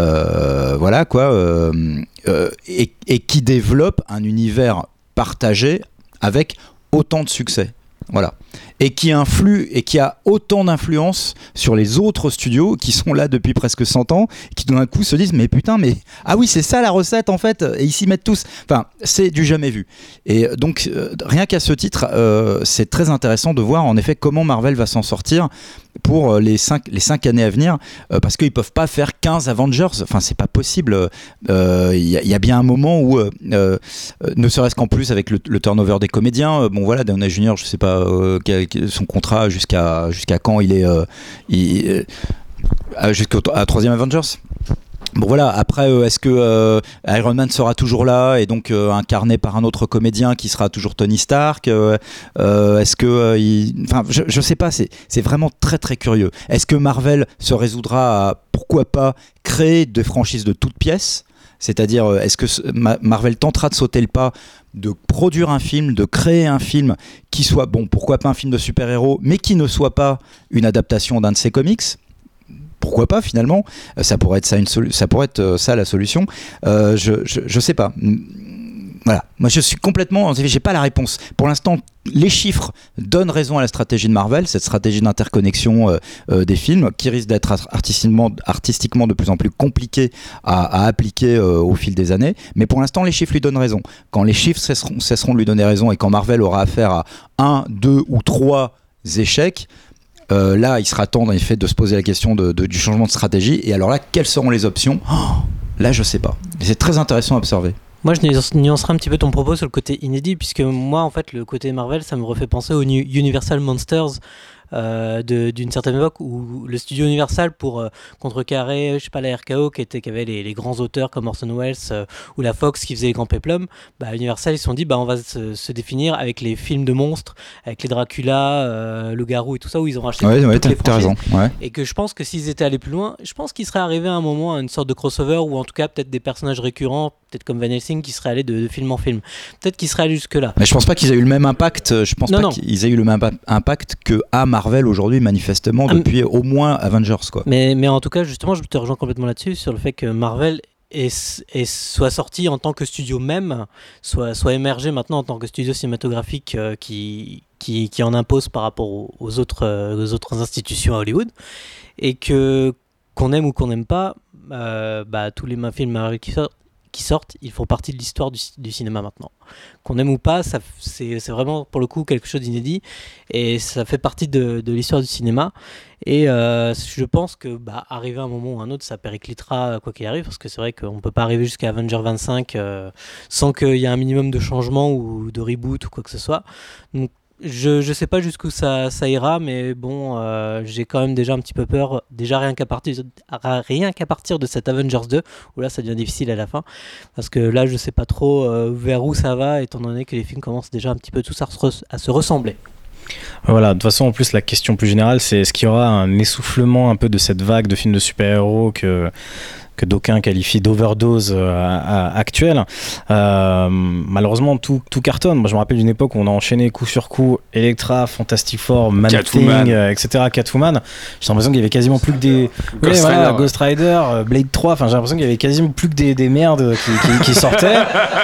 euh, voilà quoi, euh, euh, et, et qui développe un univers partagé avec autant de succès. Voilà. Et qui influe et qui a autant d'influence sur les autres studios qui sont là depuis presque cent ans, qui d'un coup se disent mais putain, mais ah oui, c'est ça la recette en fait, et ils s'y mettent tous. Enfin, c'est du jamais vu. Et donc, euh, rien qu'à ce titre, euh, c'est très intéressant de voir en effet comment Marvel va s'en sortir pour les cinq, les cinq années à venir, euh, parce qu'ils peuvent pas faire quinze Avengers, enfin c'est pas possible. Il euh, y, y a bien un moment où, euh, euh, ne serait-ce qu'en plus avec le, le turnover des comédiens, euh, bon voilà, Downey junior, je sais pas euh, quel, son contrat jusqu'à, jusqu'à quand il est, euh, il, euh, jusqu'à la troisième Avengers. Bon voilà, après euh, est-ce que euh, Iron Man sera toujours là et donc euh, incarné par un autre comédien qui sera toujours Tony Stark, euh, euh, est-ce que euh, il... enfin je, je sais pas, c'est, c'est vraiment très très curieux. Est-ce que Marvel se résoudra à pourquoi pas créer des franchises de toutes pièces, c'est-à-dire est-ce que Marvel tentera de sauter le pas de produire un film, de créer un film qui soit, bon pourquoi pas un film de super-héros mais qui ne soit pas une adaptation d'un de ses comics? Pourquoi pas finalement, ça pourrait être ça, une solu- ça, pourrait être ça la solution. Euh, je, je, je sais pas. Voilà, moi je suis complètement, j'ai pas la réponse. Pour l'instant, les chiffres donnent raison à la stratégie de Marvel, cette stratégie d'interconnexion euh, euh, des films, qui risque d'être artistiquement, artistiquement de plus en plus compliquée à, à appliquer euh, au fil des années. Mais pour l'instant, les chiffres lui donnent raison. Quand les chiffres cesseront, cesseront de lui donner raison et quand Marvel aura affaire à un, deux ou trois échecs, Euh, là, il sera temps en effet de se poser la question de, de, du changement de stratégie. Et alors là, quelles seront les options? Oh, là, je sais pas. Et c'est très intéressant à observer. Moi, je nuancerai un petit peu ton propos sur le côté inédit, puisque moi, en fait, le côté Marvel, ça me refait penser aux Universal Monsters euh, de, d'une certaine époque, où le studio Universal, pour euh, contrecarrer, je sais pas, la R K O, qui, était, qui avait les, les grands auteurs comme Orson Welles, euh, ou la Fox, qui faisait les grands péplums, bah, Universal, ils se sont dit, bah, on va se, se définir avec les films de monstres, avec les Dracula, euh, le Garou et tout ça, où ils ont racheté ouais, toutes ouais, les t'as, franchises. T'as raison. Ouais. Et que je pense que s'ils étaient allés plus loin, je pense qu'ils seraient arrivés à un moment à une sorte de crossover, ou en tout cas peut-être des personnages récurrents, peut-être comme Van Helsing, qui seraient allés de, de film en film. Peut-être qu'ils seraient allés jusque-là. Mais je pense pas qu'ils aient eu le même impact. Je pense non, pas non. qu'ils aient eu le même impact que à Marvel aujourd'hui, manifestement, ah, depuis mais... au moins Avengers, quoi. Mais, mais en tout cas, justement, je te rejoins complètement là-dessus, sur le fait que Marvel est, est, soit sorti en tant que studio même, soit, soit émergé maintenant en tant que studio cinématographique euh, qui, qui, qui en impose par rapport aux, aux, autres, euh, aux autres institutions à Hollywood. Et que, qu'on aime ou qu'on n'aime pas, euh, bah, tous les films Marvel qui sortent, qui sortent, ils font partie de l'histoire du, du cinéma maintenant. Qu'on aime ou pas, ça, c'est, c'est vraiment pour le coup quelque chose d'inédit et ça fait partie de, de l'histoire du cinéma. Et euh, je pense que bah, arriver à un moment ou un autre, ça périclitera quoi qu'il arrive, parce que c'est vrai qu'on ne peut pas arriver jusqu'à Avengers vingt-cinq euh, sans qu'il y ait un minimum de changement ou de reboot ou quoi que ce soit. Donc, Je ne sais pas jusqu'où ça, ça ira, mais bon, euh, j'ai quand même déjà un petit peu peur, déjà rien qu'à partir, rien qu'à partir de cet Avengers deux, où là ça devient difficile à la fin, parce que là je sais pas trop euh, vers où ça va, étant donné que les films commencent déjà un petit peu tous à, re- à se ressembler. Voilà, de toute façon, en plus, la question plus générale, c'est est-ce qu'il y aura un essoufflement un peu de cette vague de films de super-héros que... que d'aucuns qualifient d'overdose euh, actuelle. Euh, malheureusement, tout, tout cartonne. Moi, je me rappelle d'une époque où on a enchaîné coup sur coup Elektra, Fantastic Four, Man Thing, euh, et cetera, Catwoman. J'ai l'impression qu'il y avait quasiment plus que des... Ghost, ouais, Rider, voilà, ouais. Ghost Rider, euh, Blade trois, enfin, j'ai l'impression qu'il y avait quasiment plus que des, des merdes qui, qui, qui sortaient.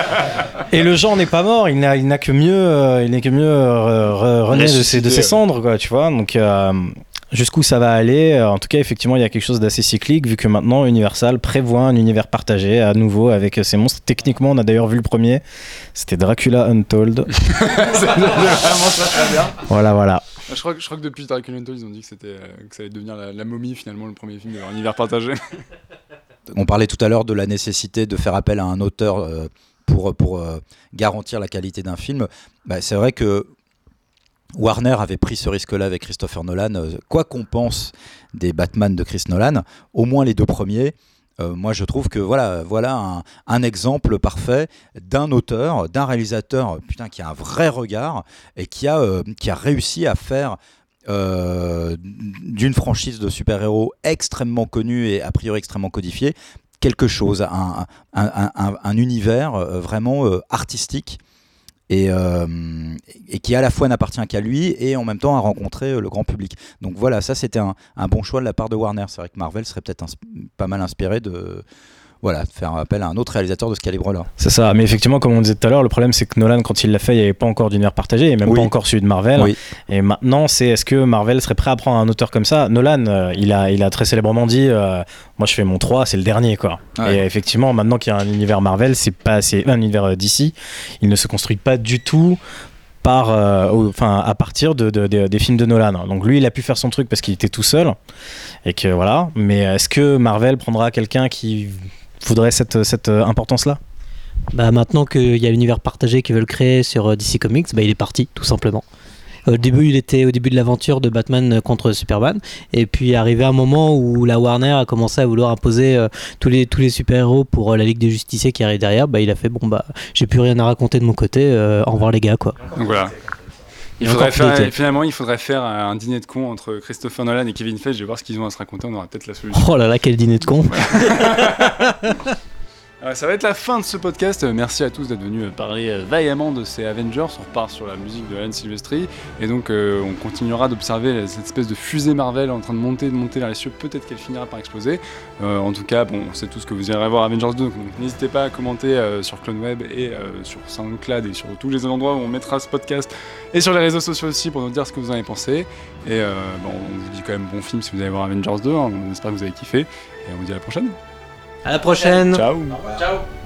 Et le genre n'est pas mort, il n'a, il n'a que mieux, euh, il n'est que mieux euh, re, renaît de ses, de ses cendres, quoi, tu vois. Donc... Euh, jusqu'où ça va aller, en tout cas effectivement il y a quelque chose d'assez cyclique vu que maintenant Universal prévoit un univers partagé à nouveau avec ces monstres. Techniquement on a d'ailleurs vu le premier, c'était Dracula Untold. C'est vraiment très très bien. Voilà voilà. Je crois, que, je crois que depuis Dracula Untold ils ont dit que, c'était, que ça allait devenir la, la momie finalement le premier film de leur univers partagé. On parlait tout à l'heure de la nécessité de faire appel à un auteur euh, pour, pour euh, garantir la qualité d'un film. Bah, c'est vrai que Warner avait pris ce risque-là avec Christopher Nolan. Quoi qu'on pense des Batman de Chris Nolan, au moins les deux premiers, euh, moi je trouve que voilà, voilà un, un exemple parfait d'un auteur, d'un réalisateur putain, qui a un vrai regard et qui a, euh, qui a réussi à faire euh, d'une franchise de super-héros extrêmement connue et a priori extrêmement codifiée, quelque chose, un, un, un, un, un univers euh, vraiment euh, artistique et, euh, et qui à la fois n'appartient qu'à lui et en même temps a rencontré euh, le grand public. Donc voilà, ça c'était un, un bon choix de la part de Warner. C'est vrai que Marvel serait peut-être ins- pas mal inspiré de... Voilà, faire appel à un autre réalisateur de ce calibre-là. C'est ça, mais effectivement, comme on disait tout à l'heure, le problème c'est que Nolan, quand il l'a fait, il n'y avait pas encore d'univers partagé, et même Oui. pas encore celui de Marvel. Oui. Et maintenant, c'est est-ce que Marvel serait prêt à prendre un auteur comme ça? Nolan, euh, il, a, il a très célèbrement dit euh, moi je fais mon trois, c'est le dernier, quoi. Ouais. Et effectivement, maintenant qu'il y a un univers Marvel, c'est pas c'est un univers euh, D C, il ne se construit pas du tout par, euh, au- enfin, à partir de, de- de- des films de Nolan. Donc lui, il a pu faire son truc parce qu'il était tout seul, et que voilà. Mais est-ce que Marvel prendra quelqu'un qui voudrait cette, cette euh, importance-là? Bah, maintenant qu'il y a l'univers partagé qu'ils veulent créer sur euh, D C Comics, bah, il est parti, tout simplement. Au début, il était au début de l'aventure de Batman contre Superman, et puis arrivé un moment où la Warner a commencé à vouloir imposer euh, tous les tous les super-héros pour euh, la Ligue des Justiciers qui arrive derrière. Bah, il a fait bon bah j'ai plus rien à raconter de mon côté, euh, au revoir les gars quoi. Donc voilà. Il Et faudrait encore faire, fidélité. finalement, il faudrait faire un dîner de cons entre Christopher Nolan et Kevin Feige. Je vais voir ce qu'ils ont à se raconter. On aura peut-être la solution. Oh là là, quel dîner de con. Euh, ça va être la fin de ce podcast. Euh, Merci à tous d'être venus euh, parler euh, vaillamment de ces Avengers. On repart sur la musique de Alan Silvestri. Et donc, euh, on continuera d'observer euh, cette espèce de fusée Marvel en train de monter, de monter vers les cieux. Peut-être qu'elle finira par exploser. Euh, en tout cas, bon, on sait tous que vous irez voir Avengers deux. Donc, n'hésitez pas à commenter euh, sur CloneWeb et euh, sur SoundCloud et sur tous les endroits où on mettra ce podcast. Et sur les réseaux sociaux aussi pour nous dire ce que vous en avez pensé. Et euh, bon, on vous dit quand même bon film si vous allez voir Avengers deux. Hein. On espère que vous avez kiffé. Et on vous dit à la prochaine. À la prochaine. Ciao. Ciao.